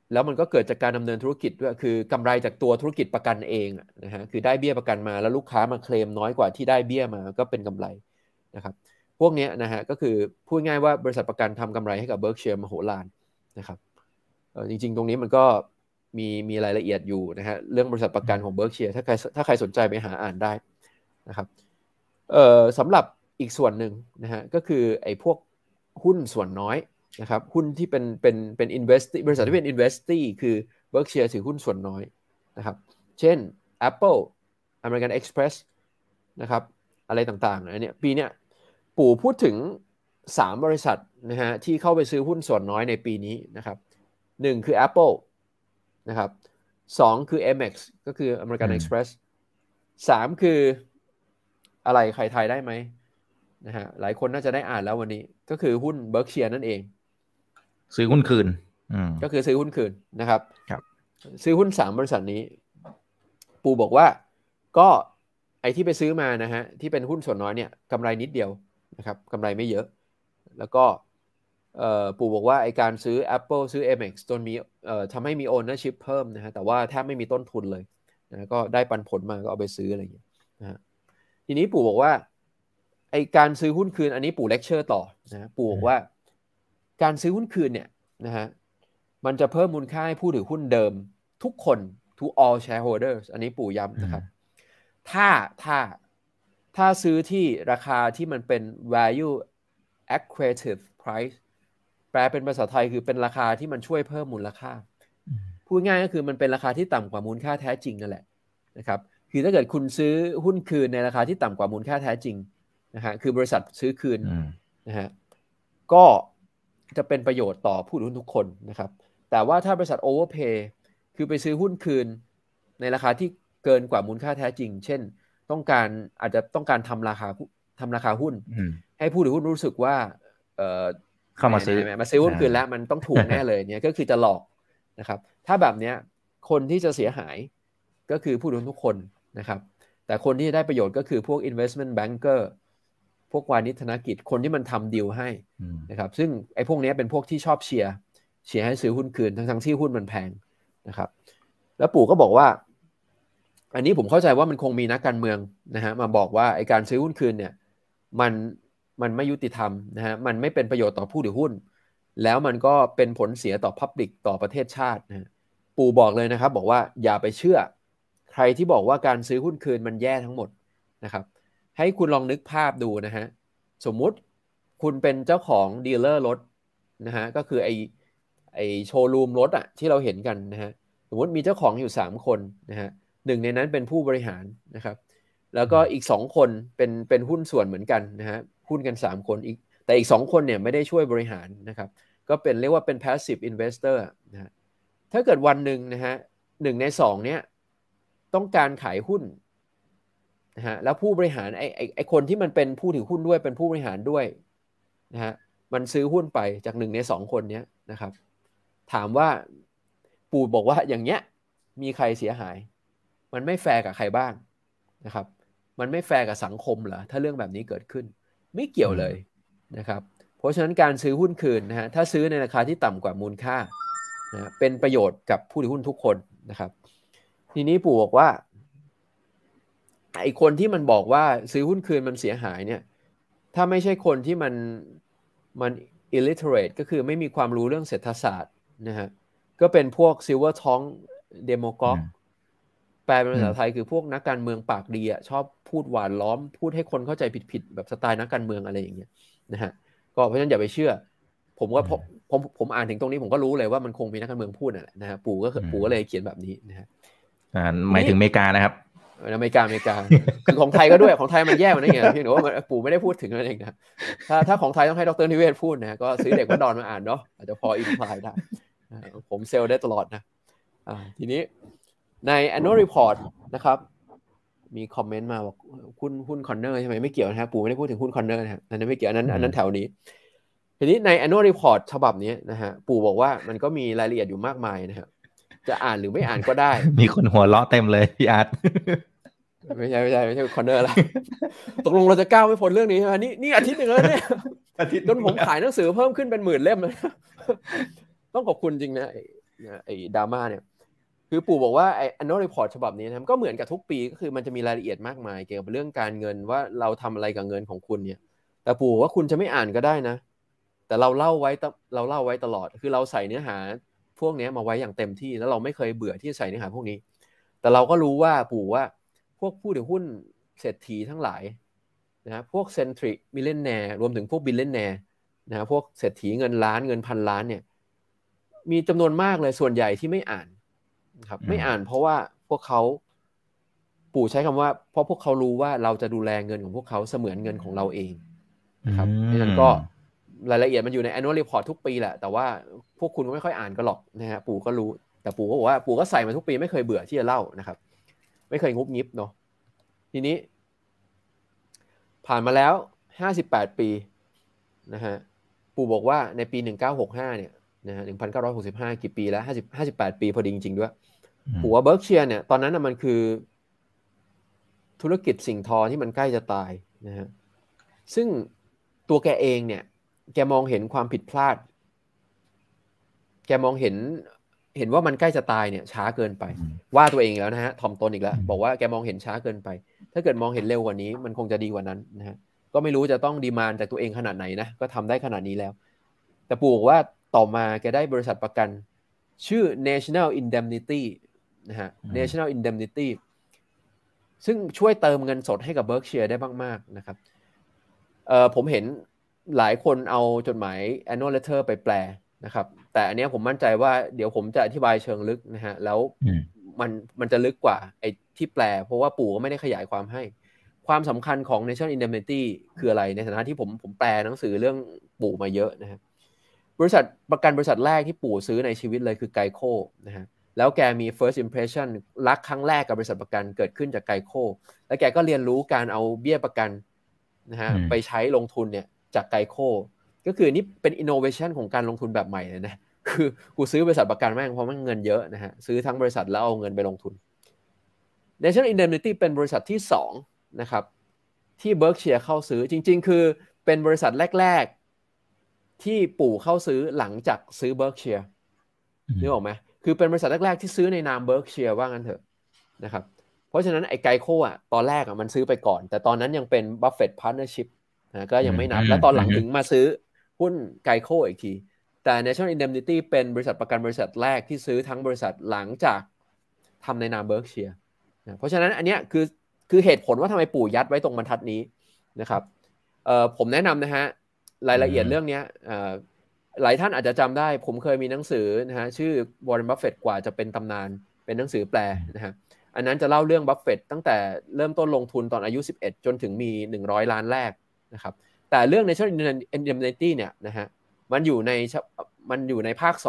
แล้วมันก็เกิดจากการดำเนินธุรกิจด้วยคือกำไรจากตัวธุรกิจประกันเองนะฮะคือได้เบี้ยประกันมาแล้วลูกค้ามาเคลมน้อยกว่าที่ได้เบี้ยมาก็เป็นกำไรนะครับพวกนี้นะฮะก็คือพูดง่ายว่าบริษัทประกันทำกำไรให้กับเบิร์กเชียร์มโหฬารนะครับจริงๆตรงนี้มันก็มีรายละเอียดอยู่นะฮะเรื่องบริษัทประกันของเบิร์กเชียร์ถ้าใครสนใจไปหาอ่านได้นะครับสำหรับอีกส่วนหนึ่งนะฮะก็คือไอ้พวกหุ้นส่วนน้อยนะครับหุ้นที่เป็น investee บริษัทที่เป็น investee คือ Berkshire ถือหุ้นส่วนน้อยนะครับเช่น Apple American Express นะครับอะไรต่างๆอันนี้ปีเนี้ยปู่พูดถึง3บริษัทนะฮะที่เข้าไปซื้อหุ้นส่วนน้อยในปีนี้นะครับ1คือ Apple นะครับ2คือ Amex ก็คือ American Express 3คืออะไรใครทายได้ไหมนะฮะหลายคนน่าจะได้อ่านแล้ววันนี้ก็คือหุ้น Berkshire นั่นเองซื้อหุ้นคืนก็คือซื้อหุ้นคืนนะครับครับซื้อหุ้น3บริษัทนี้ปูบอกว่าก็ไอ้ที่ไปซื้อมานะฮะที่เป็นหุ้นส่วนน้อยเนี่ยกำไรนิดเดียวนะครับกำไรไม่เยอะแล้วก็ปู่บอกว่าไอ้การซื้อ Apple ซื้อ Amex จนมีทำให้มี ownership เพิ่มนะฮะแต่ว่าแทบไม่มีต้นทุนเลยนะก็ได้ปันผลมาก็เอาไปซื้ออะไรอย่างเงี้ยนะฮะทีนี้ปู่บอกว่าไอ้การซื้อหุ้นคืนอันนี้ปู่เลคเชอร์ต่อนะปู่บอกว่าการซื้อหุ้นคืนเนี่ยนะฮะมันจะเพิ่มมูลค่าให้ผู้ถือหุ้นเดิมทุกคน to all shareholders อันนี้ปู่ย้ำนะครับถ้าซื้อที่ราคาที่มันเป็น value accretive price แปลเป็นภาษาไทยคือเป็นราคาที่มันช่วยเพิ่มมูลค่าพูดง่ายก็คือมันเป็นราคาที่ต่ำกว่ามูลค่าแท้จริงนั่นแหละนะครับคือถ้าเกิดคุณซื้อหุ้นคืนในราคาที่ต่ำกว่ามูลค่าแท้จริงนะฮะคือบริษัทซื้อคืนนะฮะก็จะเป็นประโยชน์ต่อผู้ถือหุ้นทุกคนนะครับแต่ว่าถ้าบริษัท overpay คือไปซื้อหุ้นคืนในราคาที่เกินกว่ามูลค่าแท้จริงเช่นอาจจะต้องการทำราคาหุ้นให้ผู้ถือหุ้นรู้สึกว่าเข้ามาซื้อหุ้นคืนแล้วมันต้องถูกแน่เลยเนี่ยก็คือจะหลอกนะครับถ้าแบบเนี้ยคนที่จะเสียหายก็คือผู้ถือหุ้นทุกคนนะครับแต่คนที่ได้ประโยชน์ก็คือพวก investment banker พวกวานิชธนกิจคนที่มันทำดีลให้นะครับซึ่งไอ้พวกนี้เป็นพวกที่ชอบเชียร์ให้ซื้อหุ้นคืนทั้งที่หุ้นมันแพงนะครับแล้วปู่ก็บอกว่าอันนี้ผมเข้าใจว่ามันคงมีนักการเมืองนะฮะมาบอกว่าไอ้การซื้อหุ้นคืนเนี่ยมันไม่ยุติธรรมนะฮะมันไม่เป็นประโยชน์ต่อผู้ถือหุ้นแล้วมันก็เป็นผลเสียต่อ Public ต่อประเทศชาตินะปู่บอกเลยนะครับบอกว่าอย่าไปเชื่อใครที่บอกว่าการซื้อหุ้นคืนมันแย่ทั้งหมดนะครับให้คุณลองนึกภาพดูนะฮะสมมุติคุณเป็นเจ้าของดีลเลอร์รถนะฮะก็คือไอ้โชว์รูมรถอ่ะที่เราเห็นกันนะฮะสมมติมีเจ้าของอยู่3คนนะฮะหนึ่งในนั้นเป็นผู้บริหารนะครับแล้วก็อีก2คนเป็นหุ้นส่วนเหมือนกันนะฮะหุ้นกัน3คนแต่อีก2คนเนี่ยไม่ได้ช่วยบริหารนะครับก็เรียกว่าเป็น passive investor นะฮะถ้าเกิดวันหนึ่งนะฮะ1ใน2เนี่ยต้องการขายหุ้นนะฮะแล้วผู้บริหารไอ้คนที่มันเป็นผู้ถือหุ้นด้วยเป็นผู้บริหารด้วยนะฮะมันซื้อหุ้นไปจาก1ใน2คนนี้นะครับถามว่าปู่บอกว่าอย่างเงี้ยมีใครเสียหายมันไม่แฟร์กับใครบ้างนะครับมันไม่แฟร์กับสังคมเหรอถ้าเรื่องแบบนี้เกิดขึ้นไม่เกี่ยวเลยนะครับเพราะฉะนั้นการซื้อหุ้นคืนนะฮะถ้าซื้อในราคาที่ต่ำกว่ามูลค่านะเป็นประโยชน์กับผู้ถือหุ้นทุกคนนะครับทีนี้ปู่บอกว่าไอ้คนที่มันบอกว่าซื้อหุ้นคืนมันเสียหายเนี่ยถ้าไม่ใช่คนที่มัน illiterate ก็คือไม่มีความรู้เรื่องเศรษฐศาสตร์นะฮะก็เป็นพวก silver tongue demagogue แปลเป็นภาษาไทยคือพวกนักการเมืองปากดีอ่ะชอบพูดหวานล้อมพูดให้คนเข้าใจผิดแบบสไตล์นักการเมืองอะไรอย่างเงี้ยนะฮะก็เพราะฉะนั้นอย่าไปเชื่อผมอ่านถึงตรงนี้ผมก็รู้เลยว่ามันคงมีนักการเมืองพูดน่ะนะฮะปู่ก็เลยเขียนแบบนี้นะฮะหมายถึงอเมริกานะครับอเมริกาคือของไทยก็ด้วยของไทยมันแย่กว่านั้นไงพี่หนูว่าปู่ไม่ได้พูดถึงนั่นเองนะถ้าของไทยต้องให้ดร.นิเวศพูดนะก็ซื้อเด็กวัดดอนมาอ่านเนาะอาจจะพออินพลายได้ผมเซลล์ได้ตลอดนะทีนี้ใน annual report นะครับมีคอมเมนต์มาบอกหุ้นคอนเนอร์ใช่ไหมไม่เกี่ยวนะครับปู่ไม่ได้พูดถึงหุ้นคอนเนอร์นะครับอันนั้นไม่เกี่ยวอันนั้นแถวนี้ทีนี้ใน annual report ฉบับนี้นะฮะปู่บอกว่ามันก็มีรายละเอียดอยู่มากมายนะครับจะอ่านหรือไม่อ่านก็ได้มีคนหัวเราะเต็มเลยพี่อาร์ตไม่ใช่คอนเนอร์ละตกลงเราจะก้าวไม่พ้นเรื่องนี้ใช่ไหมนี่อาทิตย์นึงแล้วเนี่ยจนผมขายหนังสือเพิ่มขึ้นเป็น10,000 เล่มเลยต้องขอบคุณจริงนะไอ้ดราม่าเนี่ยคือปู่บอกว่าไอ้ annual report ฉบับนี้นะก็เหมือนกับทุกปีก็คือมันจะมีรายละเอียดมากมายเกี่ยวกับเรื่องการเงินว่าเราทำอะไรกับเงินของคุณเนี่ยแต่ปู่ว่าคุณจะไม่อ่านก็ได้นะแต่เราเล่าไว้ตลอดคือเราใส่เนื้อหาพวกนี้มาไว้อย่างเต็มที่แล้วเราไม่เคยเบื่อที่จะใส่เนื้อหาพวกนี้แต่เราก็รู้ว่าปู่ว่าพวกผู้ถือหุ้นเศรษฐีทั้งหลายนะพวกเซนทริกมิลเลนแนร์รวมถึงพวกบิลเลนแนร์นะพวกเศรษฐีเงินล้านเงินพันล้านเนี่ยมีจำนวนมากเลยส่วนใหญ่ที่ไม่อ่านครับไม่อ่านเพราะว่าพวกเขาปู่ใช้คำว่าเพราะพวกเขารู้ว่าเราจะดูแลเงินของพวกเขาเสมือนเงินของเราเองนะครับดังนั้นก็รายละเอียดมันอยู่ใน annual report ทุกปีแหละแต่ว่าพวกคุณก็ไม่ค่อยอ่านกันหรอกนะฮะปู่ก็รู้แต่ปู่ก็บอกว่าปู่ก็ใส่มาทุกปีไม่เคยเบื่อที่จะเล่านะครับไม่เคยงุบงิบเนาะทีนี้ผ่านมาแล้ว58ปีนะฮะปู่บอกว่าในปี1965เนี่ยนะฮะ1965กี่ปีแล้ว58ปีพอดีจริงๆด้วยปู่ว่าเบิร์กเชียร์เนี่ยตอนนั้นน่ะมันคือธุรกิจสิ่งทอที่มันใกล้จะตายนะฮะซึ่งตัวแกเองเนี่ยแกมองเห็นความผิดพลาดแกมองเห็นว่ามันใกล้จะตายเนี่ยช้าเกินไปว่าตัวเองแล้วนะฮะถ่อมตนอีกแล้วบอกว่าแกมองเห็นช้าเกินไปถ้าเกิดมองเห็นเร็วกว่านี้มันคงจะดีกว่านั้นนะฮะก็ไม่รู้จะต้องดีมานด์จากตัวเองขนาดไหนนะก็ทำได้ขนาดนี้แล้วแต่ปู่บอกว่าต่อมาแกได้บริษัทประกันชื่อ National Indemnity นะฮะ National Indemnity ซึ่งช่วยเติมเงินสดให้กับ Berkshire ได้มากๆนะครับผมเห็นหลายคนเอาจดหมาย annual letter ไปแปลนะครับแต่อันนี้ผมมั่นใจว่าเดี๋ยวผมจะอธิบายเชิงลึกนะฮะแล้วมันจะลึกกว่าไอ้ที่แปลเพราะว่าปู่ก็ไม่ได้ขยายความให้ความสำคัญของ National Indemnity คืออะไรในฐานะที่ผมแปลหนังสือเรื่องปู่มาเยอะนะฮะบริษัทประกันบริษัทแรกที่ปู่ซื้อในชีวิตเลยคือไกโคนะฮะแล้วแกมี first impression รักครั้งแรกกับบริษัทประกันเกิดขึ้นจากไกโคแล้วแกก็เรียนรู้การเอาเบี้ยประกันนะฮะไปใช้ลงทุนเนี่ยจากไกโคก็คือนี่เป็น innovation ของการลงทุนแบบใหม่เลยนะคือกูซื้อบริษัทประกันแม่งเพราะมันเงินเยอะนะฮะซื้อทั้งบริษัทแล้วเอาเงินไปลงทุน National Indemnity เป็นบริษัทที่2นะครับที่ Berkshire เข้าซื้อจริงๆคือเป็นบริษัทแรกๆที่ปู่เข้าซื้อหลังจากซื้อ Berkshire นึกออกไหมคือเป็นบริษัทแรกๆที่ซื้อในนาม Berkshire ว่างั้นเถอะนะครับเพราะฉะนั้นไอ้ไกโคตอนแรกมันซื้อไปก่อนแต่ตอนนั้นยังเป็น Buffett Partnership นะก็ยังไม่นับแล้วตอนหลังถึงมาซื้อหุ้นไกโคอีกทีแต่ National Indemnity เป็นบริษัทประกันบริษัทแรกที่ซื้อทั้งบริษัทหลังจากทำในนาม Berkshire นะเพราะฉะนั้นอันเนี้ยคือเหตุผลว่าทำไมปู่ยัดไว้ตรงบรรทัดนี้นะครับผมแนะนำนะฮะรายละเอียดเรื่องนี้หลายท่านอาจจะจำได้ผมเคยมีหนังสือนะฮะชื่อ Warren Buffett กว่าจะเป็นตำนานเป็นหนังสือแปลนะฮะอันนั้นจะเล่าเรื่องบัฟเฟตต์ตั้งแต่เริ่มต้นลงทุนตอนอายุ11จนถึงมี100ล้านแรกนะครับแต่เรื่อง National Indemnity เนี่ยนะฮะมันอยู่ในภาค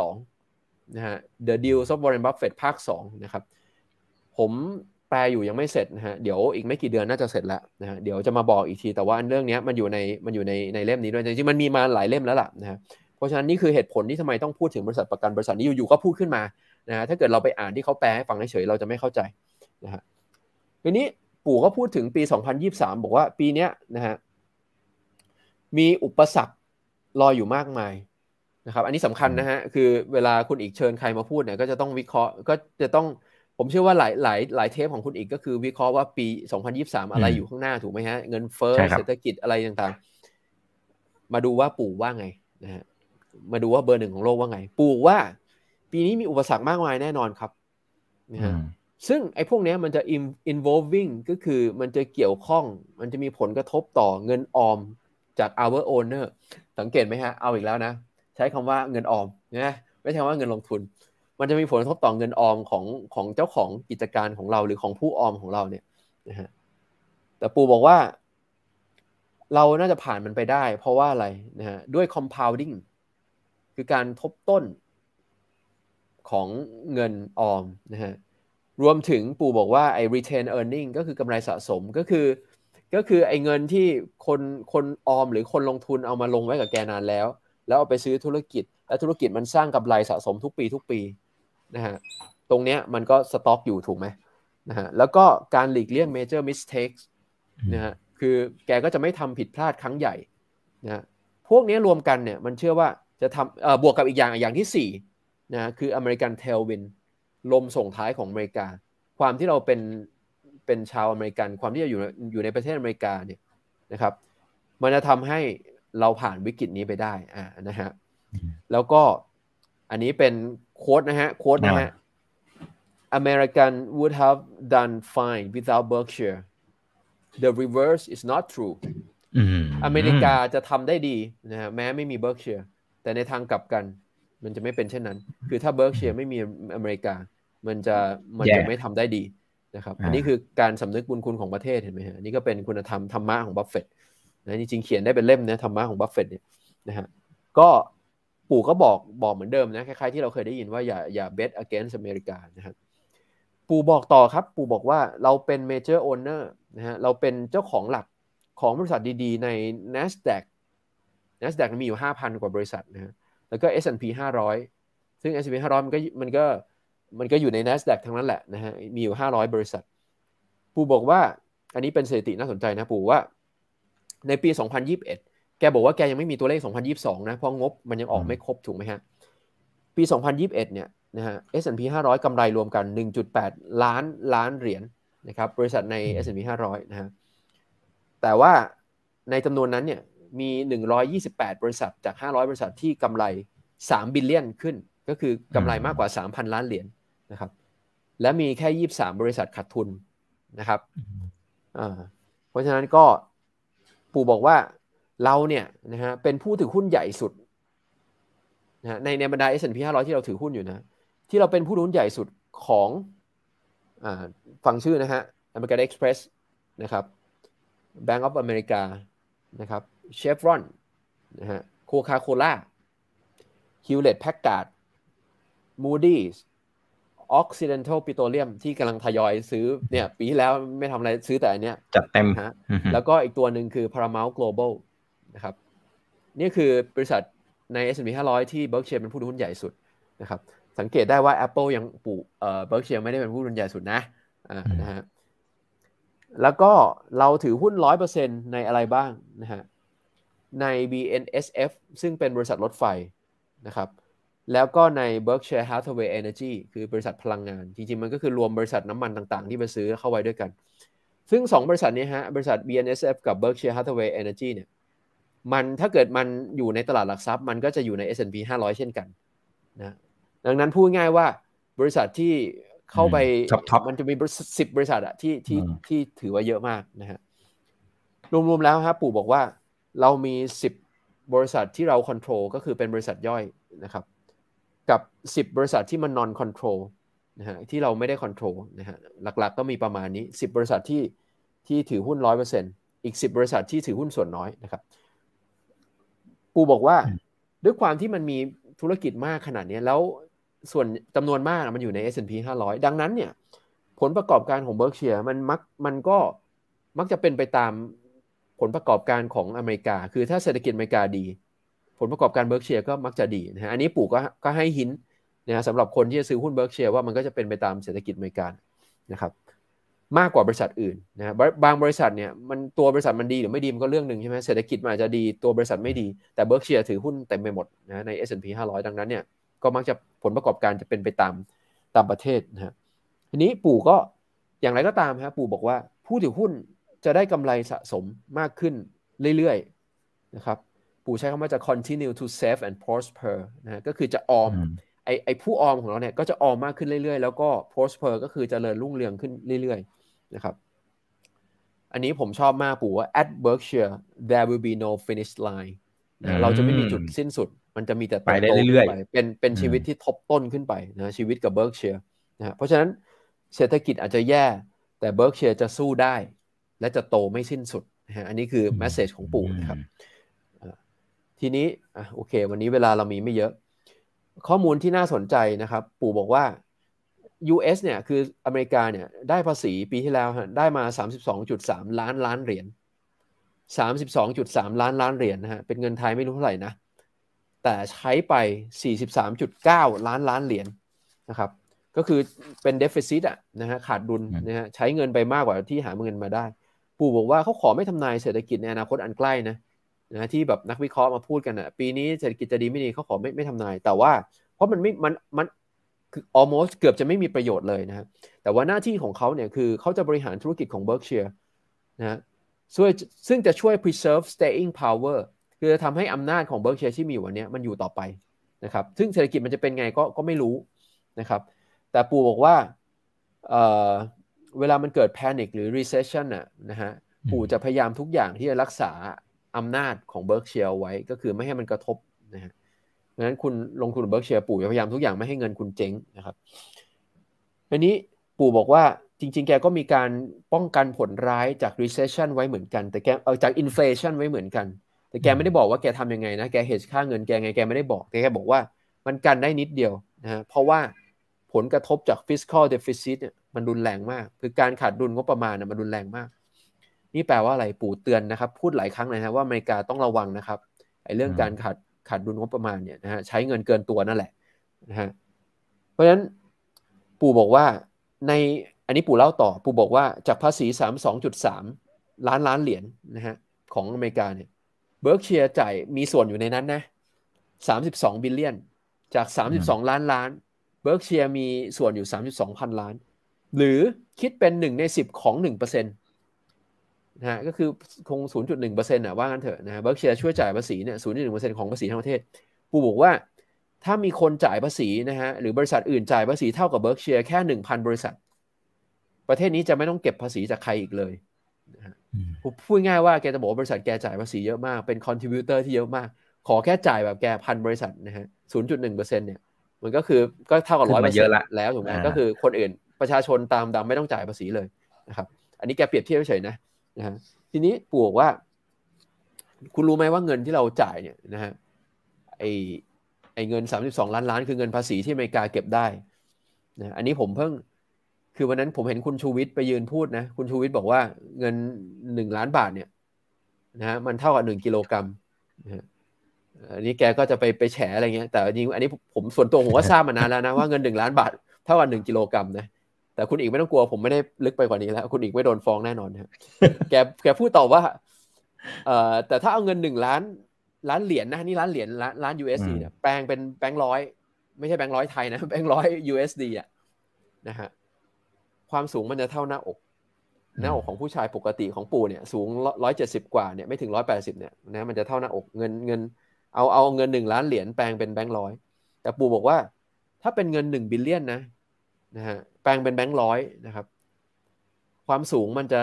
2นะฮะ The Deals of Warren Buffett ภาค2นะครับผมแปลอยู่ยังไม่เสร็จนะฮะเดี๋ยวอีกไม่กี่เดือนน่าจะเสร็จแล้วนะฮะเดี๋ยวจะมาบอกอีกทีแต่ว่าเรื่องนี้มันอยู่ในเล่มนี้ด้วยจริงๆมันมีมาหลายเล่มแล้วล่ะนะฮะเพราะฉะนั้นนี่คือเหตุผลที่ทำไมต้องพูดถึงบริษัทประกันบริษัทนี้อยู่ๆก็พูดขึ้นมานะฮะถ้าเกิดเราไปอ่านที่เขาแปลให้ฟังเฉยๆเราจะไม่เข้าใจนะฮะทีนี้ปู่ก็พูดถึงปี2023บอกว่าปีนี้นะฮะมีอุปสรรครออยู่มากมายนะครับอันนี้สำคัญนะฮะคือเวลาคุณอีกเชิญใครมาพูดเนี่ยก็จะต้องวิเคราะห์ก็จะต้องผมเชื่อว่าหลายเทปของคุณอีกก็คือวิเคราะห์ว่าปี2023อะไรอยู่ข้างหน้าถูกไหมฮะเงินเฟ้อเศรษฐกิจอะไรต่างๆมาดูว่าปู่ว่าไงนะฮะมาดูว่าเบอร์ 1ของโลกว่าไงปู่ว่าปีนี้มีอุปสรรคมากมายแน่นอนครับนะฮะซึ่งไอ้พวกนี้มันจะ involving ก็คือมันจะเกี่ยวข้องมันจะมีผลกระทบต่อเงินออมจาก our owner สังเกตไหมฮะเอาอีกแล้วนะใช้คำว่าเงินออมนะไม่ใช่ว่าเงินลงทุนมันจะมีผลกระทบต่อเงินออมของเจ้าของกิจการของเราหรือของผู้ออมของเราเนี่ยนะฮะแต่ปู่บอกว่าเราน่าจะผ่านมันไปได้เพราะว่าอะไรนะฮะด้วย compounding คือการทบต้นของเงินออมนะฮะรวมถึงปู่บอกว่าไอ้ retain earning ก็คือกำไรสะสมก็คือไอ้เงินที่คนออมหรือคนลงทุนเอามาลงไว้กับแกนานแล้วเอาไปซื้อธุรกิจและธุรกิจมันสร้างกำไรสะสมทุกปีนะฮะตรงเนี้ยมันก็สต็อกอยู่ถูกไหมนะฮะแล้วก็การหลีกเลี่ยง major mistakes นะฮะคือแกก็จะไม่ทำผิดพลาดครั้งใหญ่นะฮะพวกนี้รวมกันเนี่ยมันเชื่อว่าจะทำบวกกับอีกอย่างที่นะคืออเมริกันเทลวินลมส่งท้ายของอเมริกาความที่เราเป็นชาวอเมริกันความที่เราอยู่ในประเทศอเมริกาเนี่ยนะครับมันจะทำให้เราผ่านวิกฤตนี้ไปได้นะฮะแล้วก็อันนี้เป็นโค้ดนะฮะAmerican would have done fine without Berkshire the reverse is not true อเมริกาจะทำได้ดีนะฮะแม้ไม่มี Berkshire แต่ในทางกลับกันมันจะไม่เป็นเช่นนั้นคือถ้า Berkshire ไม่มีอเมริกามันจะไม่ทำได้ดีนะครับอันนี้คือการสำนึกบุญคุณของประเทศเห็นไหมฮะนี่ก็เป็นคุณธรรมธรรมะของบัฟเฟตต์นะจริงๆเขียนได้เป็นเล่มนะธรรมะของบัฟเฟตต์เนี่ยนะฮะก็ปู่ก็บอกเหมือนเดิมนะคล้ายๆที่เราเคยได้ยินว่าอย่า bet against อเมริกานะครับปู่บอกต่อครับปู่บอกว่าเราเป็น major owner นะฮะเราเป็นเจ้าของหลักของบริษัทดีๆใน NASDAQ มีอยู่ 5,000 กว่าบริษัทนะฮะแล้วก็ S&P 500ซึ่ง S&P 500มันก็อยู่ใน NASDAQ ทั้งนั้นแหละนะฮะมีอยู่500บริษัทปู่บอกว่าอันนี้เป็นสถิติน่าสนใจนะปู่ว่าในปี2021แกบอกว่าแกยังไม่มีตัวเลข2022นะเพราะงบมันยังออกไม่ครบถูกไหมฮะปี2021เนี่ยนะฮะ S&P 500กำไรรวมกัน 1.8 ล้านเหรียญนะครับบริษัทใน S&P 500นะฮะแต่ว่าในจำนวนนั้นเนี่ยมี128บริษัทจาก500บริษัทที่กำไร3บิลเลียนขึ้นก็คือกำไรมากกว่า 3,000 ล้านเหรียญนะครับและมีแค่23บริษัทขาดทุนนะครับเพราะฉะนั้นก็ปู่บอกว่าเราเนี่ยนะฮะเป็นผู้ถือหุ้นใหญ่สุดนะในบรรดา S&P 500ที่เราถือหุ้นอยู่นะที่เราเป็นผู้ถือหุ้นใหญ่สุดของฟังชื่อนะฮะ American Express นะครับ Bank of America นะครับ Chevron นะฮะ Coca-Cola Hewlett Packard Moody's Occidental Petroleum ที่กำลังทยอยซื้อเนี่ยปีที่แล้วไม่ทำอะไรซื้อแต่อันเนี้ยจัดเต็มฮะแล้วก็อีกตัวหนึ่งคือ Paramount Global นะครับนี่คือบริษัทใน S&P 500ที่ Berkshire เป็นผู้ถือหุ้นใหญ่สุดนะครับสังเกตได้ว่า Apple ยังBerkshire ไม่ได้เป็นผู้ถือหุ้นใหญ่สุดนะฮะแล้วก็เราถือหุ้น 100% ในอะไรบ้างนะฮะใน BNSF ซึ่งเป็นบริษัทรถไฟนะครับแล้วก็ใน Berkshire Hathaway Energy คือบริษัทพลังงานจริงๆมันก็คือรวมบริษัทน้ำมันต่างๆที่ไปซื้อเข้าไว้ด้วยกันซึ่ง2บริษัทนี้ฮะบริษัท BNSF กับ Berkshire Hathaway Energy เนี่ยมันถ้าเกิดมันอยู่ในตลาดหลักทรัพย์มันก็จะอยู่ใน S&P 500 เช่นกันนะดังนั้นพูดง่ายว่าบริษัทที่เข้าไปมันจะมี10บริษัทที่ถือว่าเยอะมากนะฮะรวมๆแล้วครับปู่บอกว่าเรามี10บริษัทที่เราคอนโทรลก็คือเป็นบริษัทย่อยนะครับกับ10บริษัทที่มัน non control นะฮะที่เราไม่ได้คอนโทรลนะฮะหลักๆก็มีประมาณนี้10บริษัทที่ถือหุ้น 100% อีก10บริษัทที่ถือหุ้นส่วนน้อยนะครับปู่บอกว่าด้วยความที่มันมีธุรกิจมากขนาดนี้แล้วส่วนจำนวนมากมันอยู่ใน S&P 500ดังนั้นเนี่ยผลประกอบการของ Berkshire มันก็มักจะเป็นไปตามผลประกอบการของอเมริกาคือถ้าเศรษฐกิจอเมริกาดีผลประกอบการ Berkshire ก็มักจะดีนะฮะอันนี้ปู่ก็ให้หินนะสำหรับคนที่จะซื้อหุ้น Berkshire ว่ามันก็จะเป็นไปตามเศรษฐกิจอเมริกานะครับมากกว่าบริษัทอื่นนะบางบริษัทเนี่ยมันตัวบริษัทมันดีหรือไม่ดีมันก็เรื่องนึงใช่ไหมเศรษฐกิจมันอาจจะดีตัวบริษัทไม่ดีแต่ Berkshire ถือหุ้นเต็มไปหมดนะใน S&P 500ดังนั้นเนี่ยก็มักจะผลประกอบการจะเป็นไปตามประเทศนะฮะทีนี้ปู่ก็อย่างไรก็ตามฮะปู่บอกว่าผู้ถือหุ้นจะได้กำไรสะสมมากขึ้นเรื่อยๆนะครับปู่ใช้คำว่าจะ continue to save and prosper นะก็คือจะออมไอ้ผู้ออมของเราเนี่ยก็จะออมมากขึ้นเรื่อยๆแล้วก็ prosper ก็คือเจริญรุ่งเรืองขึ้นเรื่อยๆนะครับอันนี้ผมชอบมากปู่ว่า at Berkshire there will be no finish line นะเราจะไม่มีจุดสิ้นสุดมันจะมีแต่ไปได้เรื่อยๆเป็นชีวิตที่ทบต้นขึ้นไปนะชีวิตกับ Berkshire นะเพราะฉะนั้นเศรษฐกิจอาจจะแย่แต่ Berkshire จะสู้ได้และจะโตไม่สิ้นสุดนะอันนี้คือ message ของปู่นะครับทีนี้โอเควันนี้เวลาเรามีไม่เยอะข้อมูลที่น่าสนใจนะครับปู่บอกว่า US เนี่ยคืออเมริกาเนี่ยได้ภาษีปีที่แล้วได้มา 32.3 ล้านเหรียญ 32.3 ล้านเหรียญนะฮะเป็นเงินไทยไม่รู้เท่าไหร่นะแต่ใช้ไป 43.9 ล้านเหรียญนะครับก็คือเป็น deficit นะฮะขาดดุลนะฮะใช้เงินไปมากกว่าที่หาเงินมาได้ปู่บอกว่าเขาขอไม่ทำนายเศรษฐกิจในอนาคตอันใกล้นะที่แบบนักวิเคราะห์มาพูดกันปีนี้เศรษฐกิจจะดีไม่ดีเขาขอไม่ทำนายแต่ว่าเพราะมันคือ almost เกือบจะไม่มีประโยชน์เลยนะฮะแต่ว่าหน้าที่ของเขาเนี่ยคือเขาจะบริหารธุรกิจของ Berkshire นะฮะซึ่งจะช่วย preserve staying power คือจะทำให้อำนาจของ Berkshire ที่มีอยู่วันนี้มันอยู่ต่อไปนะครับซึ่งเศรษฐกิจมันจะเป็นไงก็ไม่รู้นะครับแต่ปู่บอกว่าเวลามันเกิด panic หรือ recession นะฮะปู่จะพยายามทุกอย่างที่จะรักษาอำนาจของ Berkshire ไว้ก็คือไม่ให้มันกระทบนะฮะเพราะฉะนั้นคุณลงทุนกับ Berkshire ปู่จะพยายามทุกอย่างไม่ให้เงินคุณเจ๊งนะครับอันนี้ปู่บอกว่าจริงๆแกก็มีการป้องกันผลร้ายจาก recession ไว้เหมือนกันแต่แกจาก inflation ไว้เหมือนกันแต่แกไม่ได้บอกว่าแกทำยังไงนะแก hedge ค่าเงินแกไงแกไม่ได้บอกแต่แกบอกว่ามันกันได้นิดเดียวนะฮะเพราะว่าผลกระทบจาก fiscal deficit เนี่ยมันรุนแรงมากคือการขาดดุลงบประมาณมันรุนแรงมากนี่แปลว่าอะไรปู่เตือนนะครับพูดหลายครั้งเลยนะว่าอเมริกาต้องระวังนะครับไอ้เรื่องการขาดดุลงบประมาณเนี่ยนะฮะใช้เงินเกินตัวนั่นแหละนะฮะเพราะฉะนั้นปู่บอกว่าในอันนี้ปู่เล่าต่อปู่บอกว่าจากภาษี 32.3 ล้านเหรียญนะฮะของอเมริกาเนี่ยเบิร์กเชียร์จ่ายมีส่วนอยู่ในนั้นนะ32บิลเลียนจาก32ล้านเบิร์กเชียร์มีส่วนอยู่ 3.2 พันล้านหรือคิดเป็น1ใน10ของ 1% นะฮะก็คือคง 0.1% น่ะว่างั้นเถอะนะฮะเบิร์กเชียร์ช่วยจ่ายภาษีเนี่ย 0.1% ของภาษีทั้งประเทศปู่บอกว่าถ้ามีคนจ่ายภาษีนะฮะหรือบริษัทอื่นจ่ายภาษีเท่ากับเบิร์กเชียร์แค่ 1,000 บริษัทประเทศนี้จะไม่ต้องเก็บภาษีจากใครอีกเลยนะฮะพูดง่ายว่าแกจะบอกว่าบริษัทแกจ่ายภาษีเยอะมากเป็นคอนทริบิวเตอร์ที่เยอะมากขอแค่จ่ายแบบแก1,000 บริษัทนะฮะ 0.1% เนี่ยมันก็เท่ากับ 100% แล้วถูกไหมก็คือคนอื่นประชาชนตามดำไม่ต้องจ่ายภาษีเลยนะครับอันนี้แกเปรียบเทียบเฉยๆนะฮะทีนี้ปู่บอกว่าคุณรู้ไหมว่าเงินที่เราจ่ายเนี่ยนะฮะไอเงิน32ล้านคือเงินภาษีที่อเมริกาเก็บได้นะอันนี้ผมเพิ่งคือวันนั้นผมเห็นคุณชูวิทย์ไปยืนพูดนะคุณชูวิทย์บอกว่าเงิน1 ล้านบาทเนี่ยนะฮะมันเท่ากับ1 กิโลกรัมนะฮะอันนี้แกก็จะไปแฉอะไรเงี้ยแต่จริงอันนี้ผมส่วนตัวผมก็ทราบมานานแล้วนะว่าเงิน1 ล้านบาทเท่ากับ1 กิโลกรัมนะแต่คุณอีกไม่ต้องกลัวผมไม่ได้ลึกไปกว่านี้แล้วคุณอีกไม่โดนฟ้องแน่นอนนะแกพูดต่อว่าแต่ถ้าเอาเงิน1 ล้านเหรียญนะนี่ล้านเหรียญล้าน USD เนี่ยแปลงเป็นแบงค์ร้อยไม่ใช่แบงค์ร้อยไทยนะแบงค์ร้อย USD อ่ะนะฮะความสูงมันจะเท่าหน้าอกของผู้ชายปกติของปู่เนี่ยสูง170กว่าเนี่ยไม่ถึง180เนี่ยนะมันจะเท่าหน้าอกเงินเอาเงิน1 ล้านเหรียญแปลงเป็นแบงค์ร้อยแต่ปู่บอกว่าถ้าเป็นเงิน1 บิลเลียนนะฮะแปลงเป็นแบงค์ร้อยนะครับความสูงมันจะ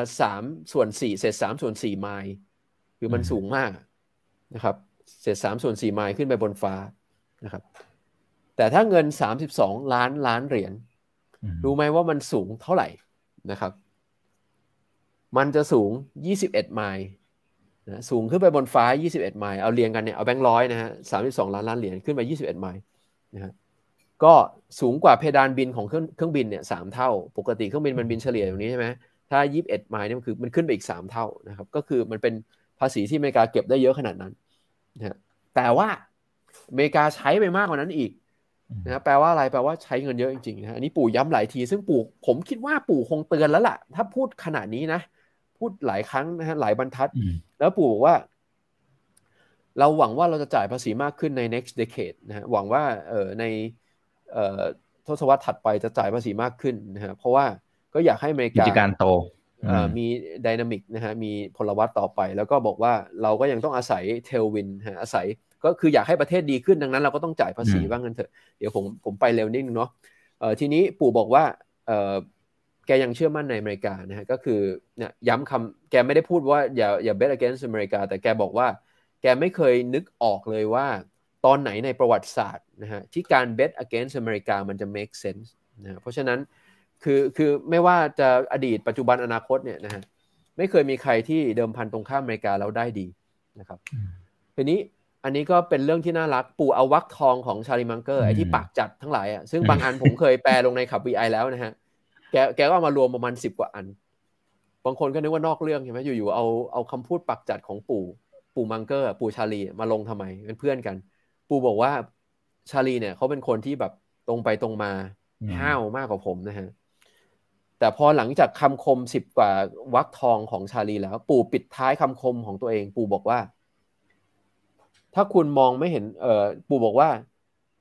3/4เศษ3/4ไมล์คือมันสูงมากนะครับเศษ3/4ไมล์ขึ้นไปบนฟ้านะครับแต่ถ้าเงิน32ล้านเหรียญรู้ไหมว่ามันสูงเท่าไหร่นะครับมันจะสูง21ไมล์นะสูงขึ้นไปบนฟ้า21ไมล์เอาเรียงกันเนี่ยเอาแบงค์ร้อยนะฮะ32ล้านเหรียญขึ้นไป21ไมล์นะฮะก็สูงกว่าเพดานบินของเครื่องบินเนี่ย3เท่าปกติเครื่องบินมันบินเฉลี่ยอย่างนี้ใช่ไหมถ้า21ไมล์เนี่ยมันขึ้นไปอีก3เท่านะครับก็คือมันเป็นภาษีที่อเมริกาเก็บได้เยอะขนาดนั้นนะแต่ว่าอเมริกาใช้ไปมากกว่านั้นอีกนะแปลว่าอะไรแปลว่าใช้เงินเยอะจริงๆนะอันนี้ปู่ย้ำหลายทีซึ่งปู่ผมคิดว่าปู่คงเตือนแล้วล่ะถ้าพูดขนาดนี้นะพูดหลายครั้งนะฮะหลายบรรทัดแล้วปู่บอกว่าเราหวังว่าเราจะจ่ายภาษีมากขึ้นใน next decade นะฮะหวังว่าในทศวรรษถัดไปจะจ่ายภาษีมากขึ้นนะฮะเพราะว่าก็อยากให้อเมริกาการโตมีไดนามิกนะฮะมีพลวัตต่อไปแล้วก็บอกว่าเราก็ยังต้องอาศัยเทลวินอาศัยก็คืออยากให้ประเทศดีขึ้นดังนั้นเราก็ต้องจ่ายภาษีว่างั้นเถอะเดี๋ยวผมไปเร็วนิดนึงเนาะทีนี้ปู่บอกว่าแกยังเชื่อมั่นในอเมริกานะฮะก็คือเนี่ยย้ำคำแกไม่ได้พูดว่าอย่า bet against อเมริกาแต่แกบอกว่าแกไม่เคยนึกออกเลยว่าตอนไหนในประวัติศาสตร์นะฮะที่การ bet against อเมริกามันจะ make sense นะเพราะฉะนั้นคือไม่ว่าจะอดีตปัจจุบันอนาคตเนี่ยนะฮะไม่เคยมีใครที่เดิมพันตรงข้ามอเมริกาแล้วได้ดีนะครับทีนี้อันนี้ก็เป็นเรื่องที่น่ารักปู่เอาวรรคทองของชาลีมังเกอร์ไอ้ที่ปากจัดทั้งหลายอ่ะซึ่งบางอันผมเคยแปลลงในขับ VI แล้วนะฮะแกก็เอามารวมประมาณ10 กว่าอันบางคนก็นึกว่านอกเรื่องใช่ไหมอยู่ๆเอาคำพูดปากจัดของปู่มังเกอร์ปู่ชาลีมาลงทำไมเป็นเพื่อนกันปู่บอกว่าชาลีเนี่ยเขาเป็นคนที่แบบตรงไปตรงมาห้าวมากกว่าผมนะฮะแต่พอหลังจากคำคม10 กว่าวรรคทองของชาลีแล้วปู่ปิดท้ายคำคมของตัวเองปู่บอกว่าถ้าคุณมองไม่เห็นปู่บอกว่า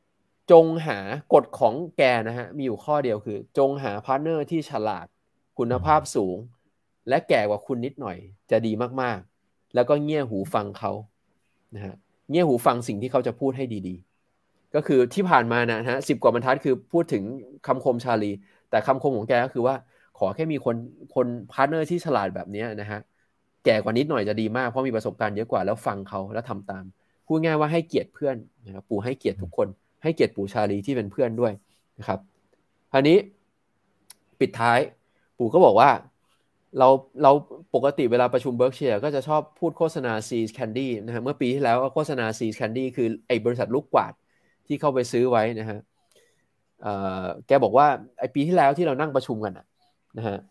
จงหากฎของแกนะฮะมีอยู่ข้อเดียวคือจงหาพาร์ทเนอร์ที่ฉลาดคุณภาพสูงและแก่กว่าคุณนิดหน่อยจะดีมากๆแล้วก็เงี่ยหูฟังเขานะฮะเงี่ยหูฟังสิ่งที่เขาจะพูดให้ดีๆก็คือที่ผ่านมานะฮะ10 กว่าบรรทัดคือพูดถึงคำคมชาลีแต่คำคมของแกก็คือว่าขอแค่มีคนพาร์ทเนอร์ที่ฉลาดแบบนี้นะฮะแก่กว่านิดหน่อยจะดีมากเพราะมีประสบการณ์เยอะกว่าแล้วฟังเขาแล้วทำตามพูดง่ายว่าให้เกียรติเพื่อนนะครับปู่ให้เกียรติทุกคนให้เกียรติปู่ชาลีที่เป็นเพื่อนด้วยนะครับคราวนี้ปิดท้ายปู่ก็บอกว่าเราปกติเวลาประชุมเบิร์กเชียร์ก็จะชอบพูดโฆษณา See's Candy นะฮะเมื่อปีที่แล้วโฆษณา See's Candy คือไอ้บริษัทลูกกวาดที่เข้าไปซื้อไว้นะฮะแกบอกว่าไอ้ปีที่แล้วที่เรานั่งประชุมกันนะฮะ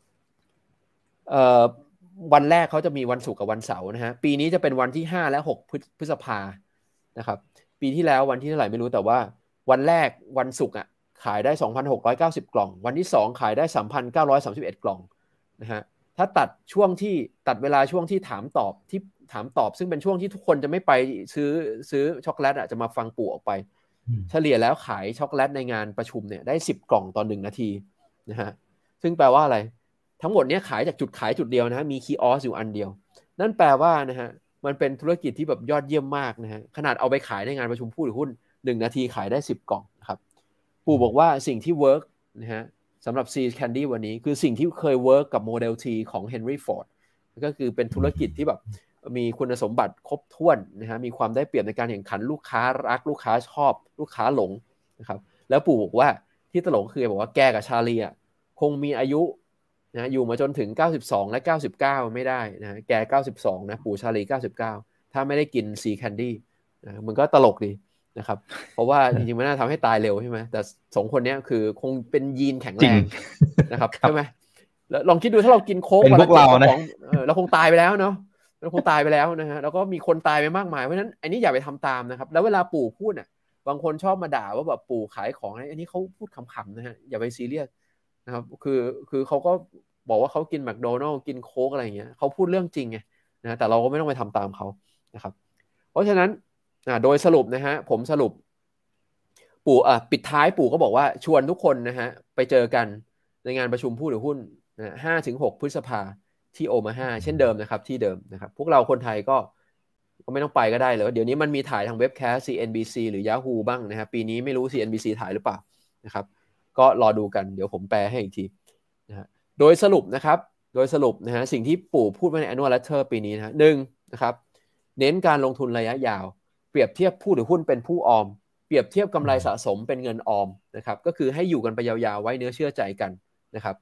วันแรกเขาจะมีวันศุกร์กับวันเสาร์นะฮะปีนี้จะเป็นวันที่5และ6พฤษภานะครับปีที่แล้ววันที่เท่าไหร่ไม่รู้แต่ว่าวันแรกวันศุกร์ขายได้ 2,690 กล่องวันที่2ขายได้ 3,931 กล่องนะฮะถ้าตัดเวลาช่วงที่ถามตอบซึ่งเป็นช่วงที่ทุกคนจะไม่ไปซื้อช็อกโกแลตจะมาฟังปู่ออกไปเฉลี่ยแล้วขายช็อกโกแลตในงานประชุมเนี่ยได้10 กล่องต่อ1 นาทีนะฮะซึ่งแปลว่าอะไรทั้งหมดนี้ขายจากจุดขายจุดเดียวนะฮะมีคีย์ออสอยู่อันเดียวนั่นแปลว่านะฮะมันเป็นธุรกิจที่แบบยอดเยี่ยมมากนะฮะขนาดเอาไปขายในงานประชุมผู้ถือหุ้น1 นาทีขายได้10 กล่องนะครับปู่บอกว่าสิ่งที่เวิร์กนะฮะสำหรับ See's Candy วันนี้คือสิ่งที่เคยเวิร์กกับ Model T ของ Henry Ford ก็คือเป็นธุรกิจที่แบบมีคุณสมบัติครบถ้วนนะฮะมีความได้เปรียบในการแข่งขันลูกค้ารักลูกค้าชอบลูกค้าหลงนะครับแล้วปู่บอกว่าที่ตลกคือบอกว่าแกกับชาลีคงมีอายุนะอยู่มาจนถึง92และ99ไม่ได้นะแก92นะปู่ชาลี99ถ้าไม่ได้กิน See's Candy นะมันก็ตลกดีนะครับเพราะว่าจริงๆมันน่าทำให้ตายเร็วใช่ไหมแต่2 คนนี้คือคงเป็นยีนแข็งแรงนะครับใช่ไหมแล้วลองคิดดูถ้าเรากินโค้กวันละ7 กระป๋องเราคงตายไปแล้วเนาะเราคงตายไปแล้วนะฮะแล้วก็มีคนตายไปมากมายเพราะฉะนั้นอันนี้อย่าไปทำตามนะครับแล้วเวลาปู่พูดบางคนชอบมาด่าว่าแบบปู่ขายของอันนี้เขาพูดขำๆนะฮะอย่าไปซีเรียสนะครับคือเขาก็บอกว่าเขากินแมคโดนัลด์กินโค้กอะไรอย่างเงี้ยเขาพูดเรื่องจริงไงนะแต่เราก็ไม่ต้องไปทำตามเขานะครับเพราะฉะนั้นโดยสรุปนะฮะผมสรุปปู่ปิดท้ายปู่ก็บอกว่าชวนทุกคนนะฮะไปเจอกันในงานประชุมผู้ถือหุ้น5-6 พฤษภาที่โอมาฮาเช่นเดิมนะครับที่เดิมนะครับพวกเราคนไทยก็ไม่ต้องไปก็ได้เลยเดี๋ยวนี้มันมีถ่ายทางเว็บแคส CNBC หรือ Yahoo บ้างนะครับปีนี้ไม่รู้ CNBC ถ่ายหรือเปล่านะครับก็รอดูกันเดี๋ยวผมแปลให้อีกทีนะฮะโดยสรุปนะครับนะฮะสิ่งที่ปู่พูดไว้ใน Annual Letter ปีนี้นะ1นะครับเน้นการลงทุนระยะยาวเปรียบเทียบผู้ถือหุ้นเป็นผู้ออมเปรียบเทียบกำไรสะสมเป็นเงินออมนะครับก็คือให้อยู่กันไปยาวๆไว้เนื้อเชื่อใจกันนะครับ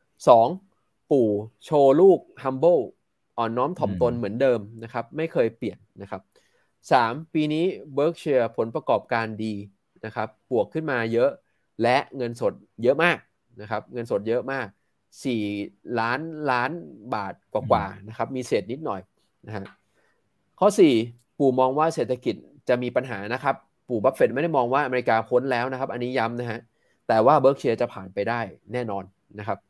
2ปู่โชว์ลูก humble อ่อนน้อมถ่อมตนเหมือนเดิมนะครับไม่เคยเปลี่ยนนะครับ3ปีนี้ Berkshire ผลประกอบการดีนะครับบวกขึ้นมาเยอะและเงินสดเยอะมากนะครับเงินสดเยอะมาก4 ล้านบาทกว่าๆนะครับมีเศษนิดหน่อยนะฮะข้อ4ปู่มองว่าเศรษฐกิจจะมีปัญหานะครับปู่บัฟเฟตต์ไม่ได้มองว่าอเมริกาพ้นแล้วนะครับอันนี้ย้ำนะฮะแต่ว่า Berkshire จะผ่านไปได้แน่นอนนะครับ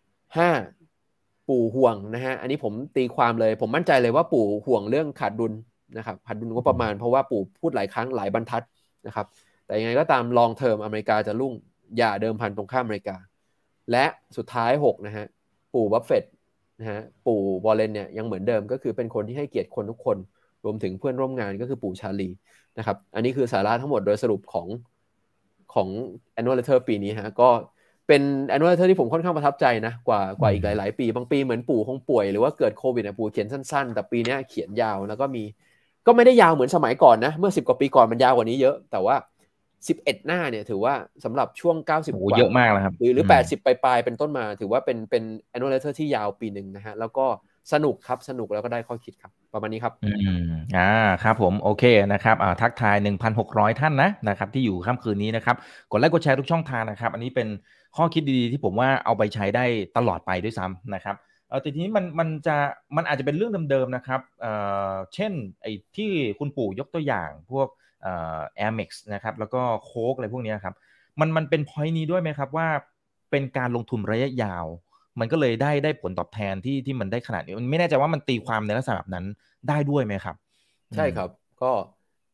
5ปู่ห่วงนะฮะอันนี้ผมตีความเลยผมมั่นใจเลยว่าปู่ห่วงเรื่องขาดดุลนะครับขาดดุลงบประมาณเพราะว่าปู่พูดหลายครั้งหลายบรรทัดนะครับแต่ยังไงก็ตาม long term อเมริกาจะรุ่งอย่าเดิมพันตรงข้ามอเมริกาและสุดท้าย6นะฮะปู่บัฟเฟตต์นะฮะปู่วอร์เรนเนี่ยยังเหมือนเดิมก็คือเป็นคนที่ให้เกียรติคนทุกคนรวมถึงเพื่อนร่วมงานก็คือปู่ชาลีนะครับอันนี้คือสาระทั้งหมดโดยสรุปของ Annual Letter ปีนี้ฮะก็เป็น Annual Letter ที่ผมค่อนข้างประทับใจนะกว่าอีกหลายๆปีบางปีเหมือนปู่คงป่วยหรือว่าเกิดโควิดปู่เขียนสั้นๆแต่ปีนี้เขียนยาวแล้วก็ไม่ได้ยาวเหมือนสมัยก่อนนะเมื่อ10 กว่าปีก่อนมันยาวกว่านี้เยอะแต่ว่า11 หน้าเนี่ยถือว่าสำหรับช่วง90กว่าเยอะมากแล้วครับหรือ80ปลายๆเป็นต้นมาถือว่าเป็น Annual Letter ที่ยาวปีนึงนะฮะแล้วก็สนุกครับสนุกแล้วก็ได้ข้อคิดครับประมาณนี้ครับครับผมโอเคนะครับทักทาย 1,600 ท่านนะครับที่อยู่ค่ำคืนนี้นะครับกดไลค์กดแชร์ทุกช่องทางนะครับอันนี้เป็นข้อคิดดีๆที่ผมว่าเอาไปใช้ได้ตลอดไปด้วยซ้ำนะครับแต่ทีนี้มันอาจจะเป็นเรื่องเดิมๆนะครับเช่นไอ้ที่คุณปู่ยกตัวอย่างพวกAir Max นะครับแล้วก็โค้กอะไรพวกนี้ครับมันเป็น point นี้ด้วยไหมครับว่าเป็นการลงทุนระยะยาวมันก็เลยได้ผลตอบแทนที่มันได้ขนาดนี้มันไม่แน่ใจว่ามันตีความในลักษณะแบบนั้นได้ด้วยไหมครับใช่ครับก็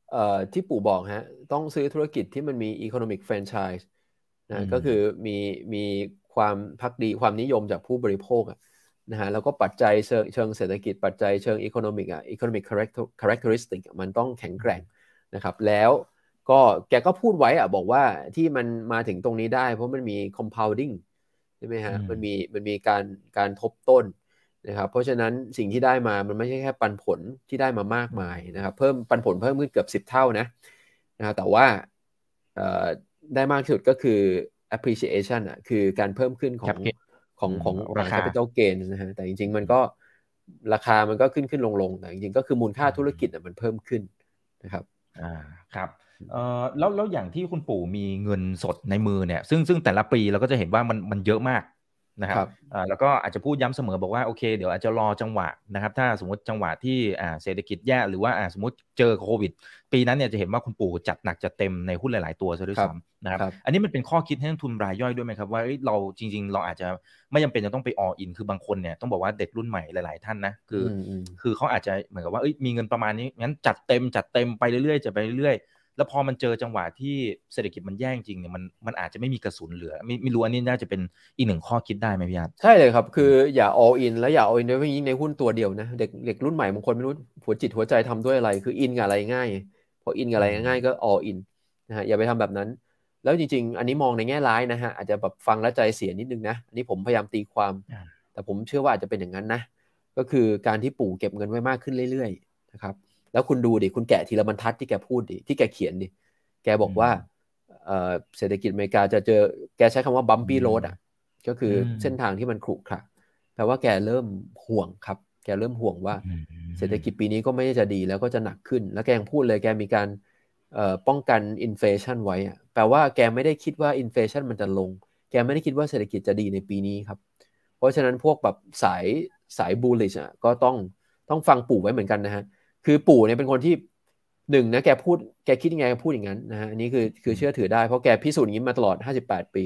ที่ปู่บอกฮะต้องซื้อธุรกิจที่มันมี economic franchise นะก็คือมีความภักดีความนิยมจากผู้บริโภคนะฮะแล้วก็ปัจจัยเชิงเศรษฐกิจปัจจัยเชิง economic characteristic มันต้องแข็งแกร่งนะครับแล้วก็แกก็พูดไว้บอกว่าที่มันมาถึงตรงนี้ได้เพราะมันมี compounding ใช่ไหมฮะมันมีการทบต้นนะครับเพราะฉะนั้นสิ่งที่ได้มามันไม่ใช่แค่ปันผลที่ได้มามากมายนะครับปันผลเพิ่มขึ้นเกือบ10 เท่านะแต่ว่าได้มากที่สุดก็คือ appreciation คือการเพิ่มขึ้นของ capital gain นะฮะแต่จริงๆมันก็ราคามันก็ขึ้นลงแต่จริงๆก็คือมูลค่าธุรกิจมันเพิ่มขึ้นนะครับครับแล้วอย่างที่คุณปู่มีเงินสดในมือเนี่ยซึ่งแต่ละปีเราก็จะเห็นว่ามันเยอะมากนะครับแล้วก็อาจจะพูดย้ำเสมอบอกว่าโอเคเดี๋ยวอาจจะรอจังหวะนะครับถ้าสมมติจังหวะที่เศรษฐกิจแย่หรือว่าสมมติเจอโควิดปีนั้นเนี่ยจะเห็นว่าคุณปู่จัดหนักจัดเต็มในหุ้นหลายๆตัวซะด้วยซ้ำนะครับอันนี้มันเป็นข้อคิดให้นักทุนรายย่อยด้วยไหมครับว่าเราจริงๆเราอาจจะไม่จำเป็นจะต้องไป all in คือบางคนเนี่ยต้องบอกว่าเด็กรุ่นใหม่หลายๆท่านนะคือเขาอาจจะเหมือนกับว่ามีเงินประมาณนี้งั้นจัดเต็มไปเรื่อยๆจะไปเรื่อยแล้วพอมันเจอจังหวะที่เศรษฐกิจมันแย่จริงเนี่ยมันอาจจะไม่มีกระสุนเหลือไม่รู้อันนี้น่าจะเป็นอีกหนึ่งข้อคิดได้ไหมพี่อาร์ตใช่เลยครับคืออย่า all in แล้วอย่า all in ด้วยยิ่งในหุ้นตัวเดียวนะเด็กรุ่นใหม่บางคนไม่รู้หัวจิตหัวใจทำด้วยอะไรคืออินกับอะไรง่ายพออินกับอะไรง่ายก็ all in นะฮะอย่าไปทำแบบนั้นแล้วจริงๆอันนี้มองในแง่ร้ายนะฮะอาจจะแบบฟังแล้วใจเสียนิดนึงนะอันนี้ผมพยายามตีความแต่ผมเชื่อว่าอาจจะเป็นอย่างนั้นนะก็คือการที่ปู่เก็บเงินไว้มากขึ้นเรื่อยๆนะครับแล้วคุณดูดิคุณแกะทีละบรรทัดที่แกพูดดิที่แกเขียนดิแกบอกว่าเศรษฐกิจอเมริกาจะเจอแกใช้คำว่า bumpy road ก็คือเส้นทางที่มันขรุขระแปลว่าแกเริ่มห่วงครับแกเริ่มห่วงว่าเศรษฐกิจปีนี้ก็ไม่ได้จะดีแล้วก็จะหนักขึ้นแล้วแกยังพูดเลยแกมีการป้องกันอินเฟลชันไว้แปลว่าแกไม่ได้คิดว่าอินเฟลชันมันจะลงแกไม่ได้คิดว่าเศรษฐกิจจะดีในปีนี้ครับเพราะฉะนั้นพวกแบบสาย bullish ก็ต้องฟังปู่ไว้เหมือนกันนะฮะคือปู่เนี่ยเป็นคนที่หนึ่งนะแกคิดยังไงพูดอย่างนั้นนะฮะอันนี้คือเชื่อถือได้เพราะแกพิสูจน์อย่างนี้มาตลอด58 ปี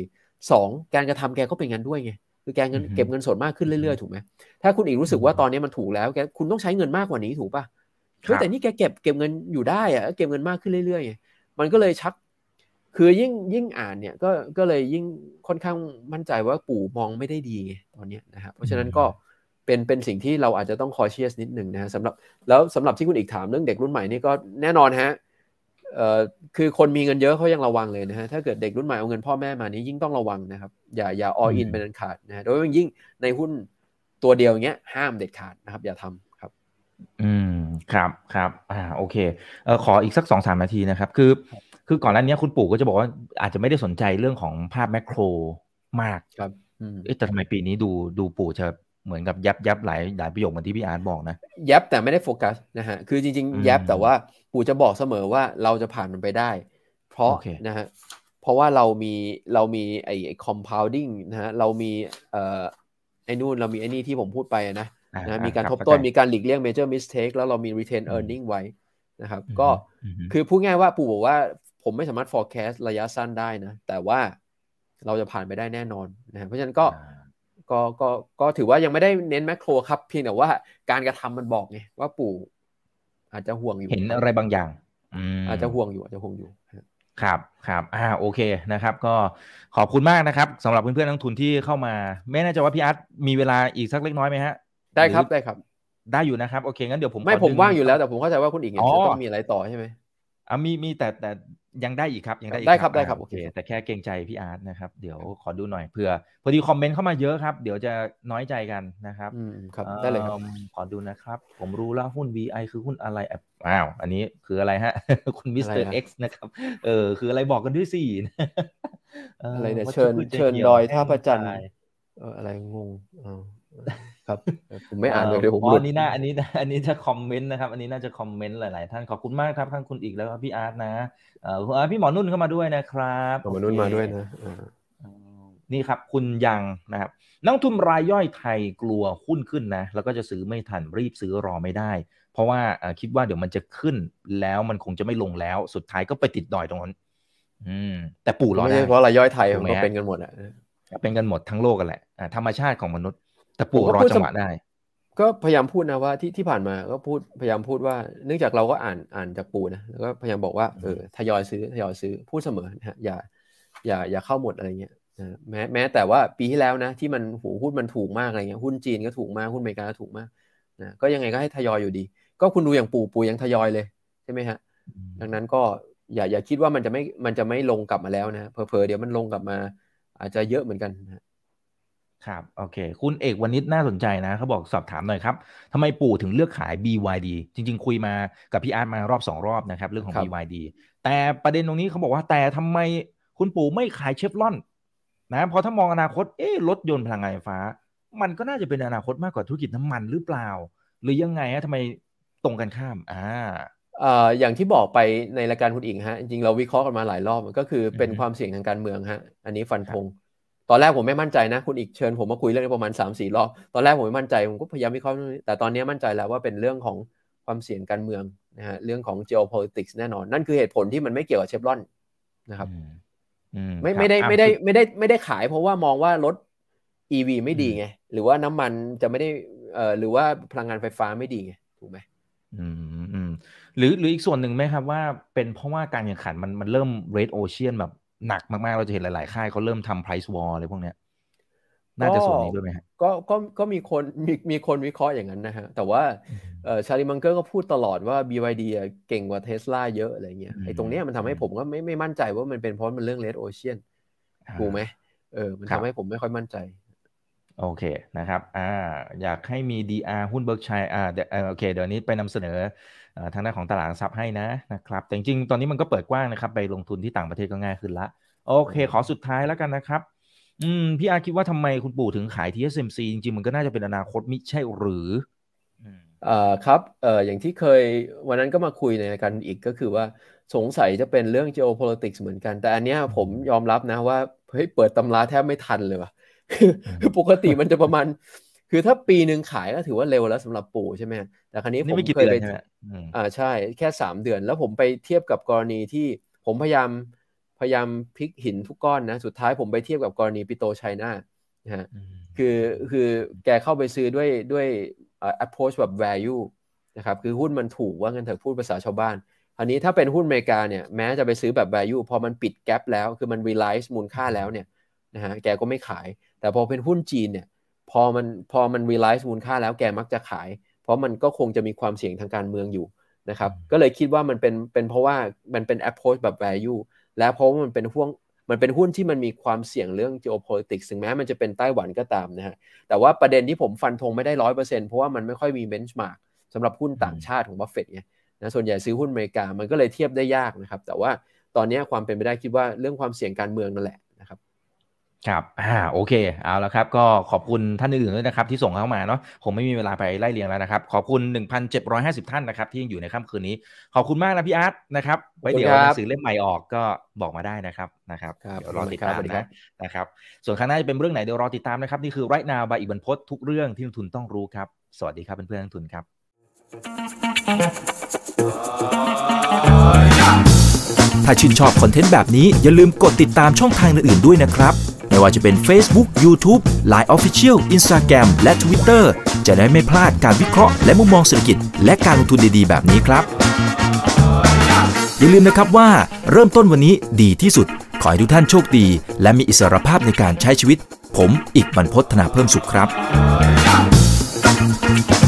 2การกระทำแกก็เป็นงั้นด้วยไงคือแกเก็บเงินสดมากขึ้นเรื่อยๆถูกไหมถ้าคุณอีกรู้สึกว่าตอนนี้มันถูกแล้วคุณต้องใช้เงินมากกว่านี้ถูกป่ะแต่นี่แกเก็บเงินอยู่ได้เก็บเงินมากขึ้นเรื่อยๆมันก็เลยชักคือยิ่งอ่านเนี่ยก็เลยยิ่งค่อนข้างมั่นใจว่าปู่มองไม่ได้ดีไงตอนนี้นะครับเพราะฉะนั้นก็เป็นสิ่งที่เราอาจจะต้อง cautious นิดนึงนะฮะสำหรับที่คุณอีกถามเรื่องเด็กรุ่นใหม่นี่ก็แน่นอนฮะคือคนมีเงินเยอะเขายังระวังเลยนะฮะถ้าเกิดเด็กรุ่นใหม่เอาเงินพ่อแม่มานี่ยิ่งต้องระวังนะครับอย่า all in เป็นอันขาดนะฮะโดยยิ่งในหุ้นตัวเดียวอย่างเงี้ยห้ามเด็ดขาดนะครับอย่าทำครับครับโอเคขออีกสัก 2-3 นาทีนะครับคือก่อนหน้านี้คุณปู่ก็จะบอกว่าอาจจะไม่ได้สนใจเรื่องของภาพแมคโครมากครับแต่ทำไมปีนี้ดูปู่จะเหมือนกับยับหลายประโยคเหมือนที่พี่อาร์ตบอกนะยับแต่ไม่ได้โฟกัสนะฮะคือจริงๆยับแต่ว่าปู่จะบอกเสมอว่าเราจะผ่านมันไปได้เพราะนะฮะเพราะว่าเรามีไอ้ compounding นะฮะเรามีไอ้นู่นเรามีไอ้นี่ที่ผมพูดไปนะมีการทบต้นมีการหลีกเลี่ยง major mistake แล้วเรามี retain earning ไว้นะครับก็คือพูดง่ายว่าปู่บอกว่าผมไม่สามารถ forecast ระยะสั้นได้นะแต่ว่าเราจะผ่านไปได้แน่นอนนะเพราะฉะนั้นก็ถือว่ายังไม่ได้เน้นแมคโครครับเพียงแต่ว่าการกระทำมันบอกไงว่าปู่อาจจะห่วงอยู่เห็นอะไรบางอย่างอาจจะห่วงอยู่ครับโอเคนะครับก็ขอบคุณมากนะครับสำหรับเพื่อนๆนักทุนที่เข้ามาไม่แน่ใจว่าพี่อาร์ตมีเวลาอีกสักเล็กน้อยไหมฮะได้ครับได้อยู่นะครับโอเคงั้นเดี๋ยวผมว่างอยู่แล้วแต่ผมเข้าใจว่าคุณอีกจะต้องมีอะไรต่อใช่ไหมมีแต่ยังได้อีกครับยังได้ครับโอเคแต่แค่เกรงใจพี่อาร์ตนะครับเดี๋ยวขอดูหน่อยเผื่อพอดีคอมเมนต์เข้ามาเยอะครับเดี๋ยวจะน้อยใจกันนะครับครับได้เลยครับขอดูนะครับผมรู้แล้วหุ้น VI คือหุ้นอะไรอันนี้คืออะไรฮะคุณมิสเตอร์ X นะครับคืออะไรบอกกันด้วยสิอะไรเนี่ยเชิญดอยท่าพระจันทร์อะไรงงครับผมไม่อ่านเลยเดี๋ยวผมอันนี้จะคอมเมนต์นะครับอันนี้น่าจะคอมเมนต์หลายๆท่านขอบคุณมากครับทั้งคุณอีกแล้วก็พี่อาร์ตนะพี่หมอนุ่นเข้ามาด้วยนะครับหมอนุ่นมาด้วยนะนี่ครับคุณยังนะครับนักทุนรายย่อยไทยกลัวหุ้นขึ้นนะแล้วก็จะซื้อไม่ทันรีบซื้อรอไม่ได้เพราะว่าคิดว่าเดี๋ยวมันจะขึ้นแล้วมันคงจะไม่ลงแล้วสุดท้ายก็ไปติดดอยตรงนั้นแต่ปู่รอได้เพราะรายย่อยไทยมันก็เป็นกันหมดเป็นกันหมดทั้งโลกกันแหละธรรมชาติของมนุษย์แต่ปู่รอจังหวะได้ก็พยายามพูดนะว่าที่ผ่านมาก็พยายามพูดว่าเนื่องจากเราก็อ่านจากปู่นะแล้วก็พยายามบอกว่าทยอยซื้อพูดเสมอนะฮะอย่าเข้าหมดอะไรเงี้ยแม้แต่ว่าปีที่แล้วนะที่มันหุ้นมันถูกมากอะไรเงี้ยหุ้นจีนก็ถูกมากหุ้นอเมริกาก็ถูกมากนะก็ยังไงก็ให้ทยอยอยู่ดีก็คุณดูอย่างปู่ยังทยอยเลยใช่ไหมฮะดังนั้นก็อย่าคิดว่ามันจะไม่ลงกลับมาแล้วนะเผลอๆเดี๋ยวมันลงกลับมาอาจจะเยอะเหมือนกันนะครับโอเคคุณเอกวณิชน่าสนใจนะเขาบอกสอบถามหน่อยครับทำไมปู่ถึงเลือกขาย BYD จริงๆคุยมากับพี่อาร์ตมารอบ2รอบนะครับเรื่องของ BYD แต่ประเด็นตรงนี้เขาบอกว่าแต่ทำไมคุณปู่ไม่ขายเชฟรอนนะเพราะถ้ามองอนาคตรถยนต์พลังงานไฟฟ้ามันก็น่าจะเป็นอนาคตมากกว่าธุรกิจน้ำมันหรือเปล่าหรือยังไงฮะทำไมตรงกันข้ามอย่างที่บอกไปในรายการคุณอิงฮะจริงๆเราวิเคราะห์กันมาหลายรอบก็คือเป็นความเสี่ยงทางการเมืองฮะอันนี้ฟันธงตอนแรกผมไม่มั่นใจนะคุณอีกเชิญผมมาคุยเรื่องนี้ประมาณ 3-4 รอบตอนแรกผมไม่มั่นใจผมก็พยายามวิเคราะห์แต่ตอนนี้มั่นใจแล้วว่าเป็นเรื่องของความเสี่ยงการเมืองนะฮะเรื่องของ geopolitics แน่นอนนั่นคือเหตุผลที่มันไม่เกี่ยวกับเชฟรอนนะครับไม่ได้ขายเพราะว่ามองว่ารถ EV ไม่ดีไงหรือว่าน้ำมันจะไม่ได้หรือว่าพลังงานไฟฟ้าไม่ดีไงถูกไหมหรืออีกส่วนหนึ่งไหมครับว่าเป็นเพราะว่าการแข่งขันมันเริ่ม Red Ocean แบบหนักมากๆเราจะเห็นหลายๆค่ายเขาเริ่มทำ price war อะไรพวกเนี้ยน่าจะส่วนนี้ด้วยไหมฮะก็มีคนวิเคราะห์อย่างนั้นนะฮะแต่ว่าชาลีมังเกอร์ก็พูดตลอดว่า BYD เก่งกว่า Tesla เยอะอะไรเงี้ยไอ้ตรงเนี้ยมันทำให้ผมก็ไม่มั่นใจว่ามันเป็นเพราะมันเรื่อง Red Ocean ถูกไหมมันทำให้ผมไม่ค่อยมั่นใจโอเคนะครับอยากให้มี DR หุ้นเบิร์กชัยโอเคเดี๋ยวนี้ไปนำเสนอทางด้านของตลาดหลักทรัพย์ให้นะครับแต่จริงๆตอนนี้มันก็เปิดกว้างนะครับไปลงทุนที่ต่างประเทศก็ง่ายขึ้นละโอเคขอสุดท้ายแล้วกันนะครับพี่อาคิดว่าทำไมคุณปู่ถึงขาย TSMC จริงๆมันก็น่าจะเป็นอนาคตมิใช่หรือครับอย่างที่เคยวันนั้นก็มาคุยในรายการอีกก็คือว่าสงสัยจะเป็นเรื่อง geopolitics เหมือนกันแต่อันเนี้ยผมยอมรับนะว่าเฮ้ยเปิดตำราแทบไม่ทันเลยว่ะคือปกติมันจะประมาณคือถ้าปีนึงขายก็ถือว่าเร็วแล้วสำหรับปู่ใช่ไหมแต่ครั้นี้ผมเคยไปใช่แค่3 เดือนแล้วผมไปเทียบกับกรณีที่ผมพยายามพลิกหินทุกก้อนนะสุดท้ายผมไปเทียบกับกรณีปิโตรไชน่านะฮะคือแกเข้าไปซื้อด้วยapproach แบบ value นะครับคือหุ้นมันถูกว่างั้นเถอะพูดภาษาชาวบ้านอันนี้ถ้าเป็นหุ้นอเมริกาเนี่ยแม้จะไปซื้อแบบ value พอมันปิด gap แล้วคือมัน realize มูลค่าแล้วเนี่ยนะฮะแกก็ไม่ขายแต่พอเป็นหุ้นจีนเนี่ยพอมัน realize มูลค่าแล้วแกมักจะขายเพราะมันก็คงจะมีความเสี่ยงทางการเมืองอยู่นะครับก็เลยคิดว่ามันเป็นเพราะว่ามันเป็น approach แบบ value และเพราะว่ามันเป็นหุ้นที่มันมีความเสี่ยงเรื่อง geopolitics ถึงแม้มันจะเป็นไต้หวันก็ตามนะฮะแต่ว่าประเด็นที่ผมฟันธงไม่ได้ 100% เพราะว่ามันไม่ค่อยมี benchmark สำหรับหุ้นต่างชาติของบัฟเฟตต์ไงนะส่วนใหญ่ซื้อหุ้นอเมริกามันก็เลยเทียบได้ยากนะครับแต่ว่าตอนนี้ความเป็นไปได้คิดว่าเรื่องความเสี่ยงการเมืองนั่นแหละนะครับครับโอเคเอาแล้วครับก็ขอบคุณท่านอื่นๆด้วยนะครับที่ส่งเข้ามาเนาะผมไม่มีเวลาไปไล่เรียงแล้วนะครับขอบคุณ 1,750 ท่านนะครับที่ยังอยู่ในค่ำคืนนี้ขอบคุณมากนะพี่อาร์ตนะครับไว้เดี๋ยวหนังสือเล่มใหม่ออกก็บอกมาได้นะครับเดี๋ยวรอติดตามนะครับส่วนข้างหน้าจะเป็นเรื่องไหนเดี๋ยวรอติดตามนะครับนี่คือ Right Now บายอีกบรรพตทุกเรื่องที่นักทุนต้องรู้ครับสวัสดีครับเพื่อนๆนักทุนครับถ้าชื่นชอบคอนเทนต์แบบนี้อย่าลืมกดติดตามช่องทางอื่นๆด้วยนะครับไม่ว่าจะเป็น Facebook, YouTube, Line Official, Instagram และ Twitter จะได้ไม่พลาดการวิเคราะห์และมุมมองเศรษฐกิจและการลงทุนดีๆแบบนี้ครับอย่าลืมนะครับว่าเริ่มต้นวันนี้ดีที่สุดขอให้ทุกท่านโชคดีและมีอิสรภาพในการใช้ชีวิตผมอีกบรรพต ธนาเพิ่มสุขครับ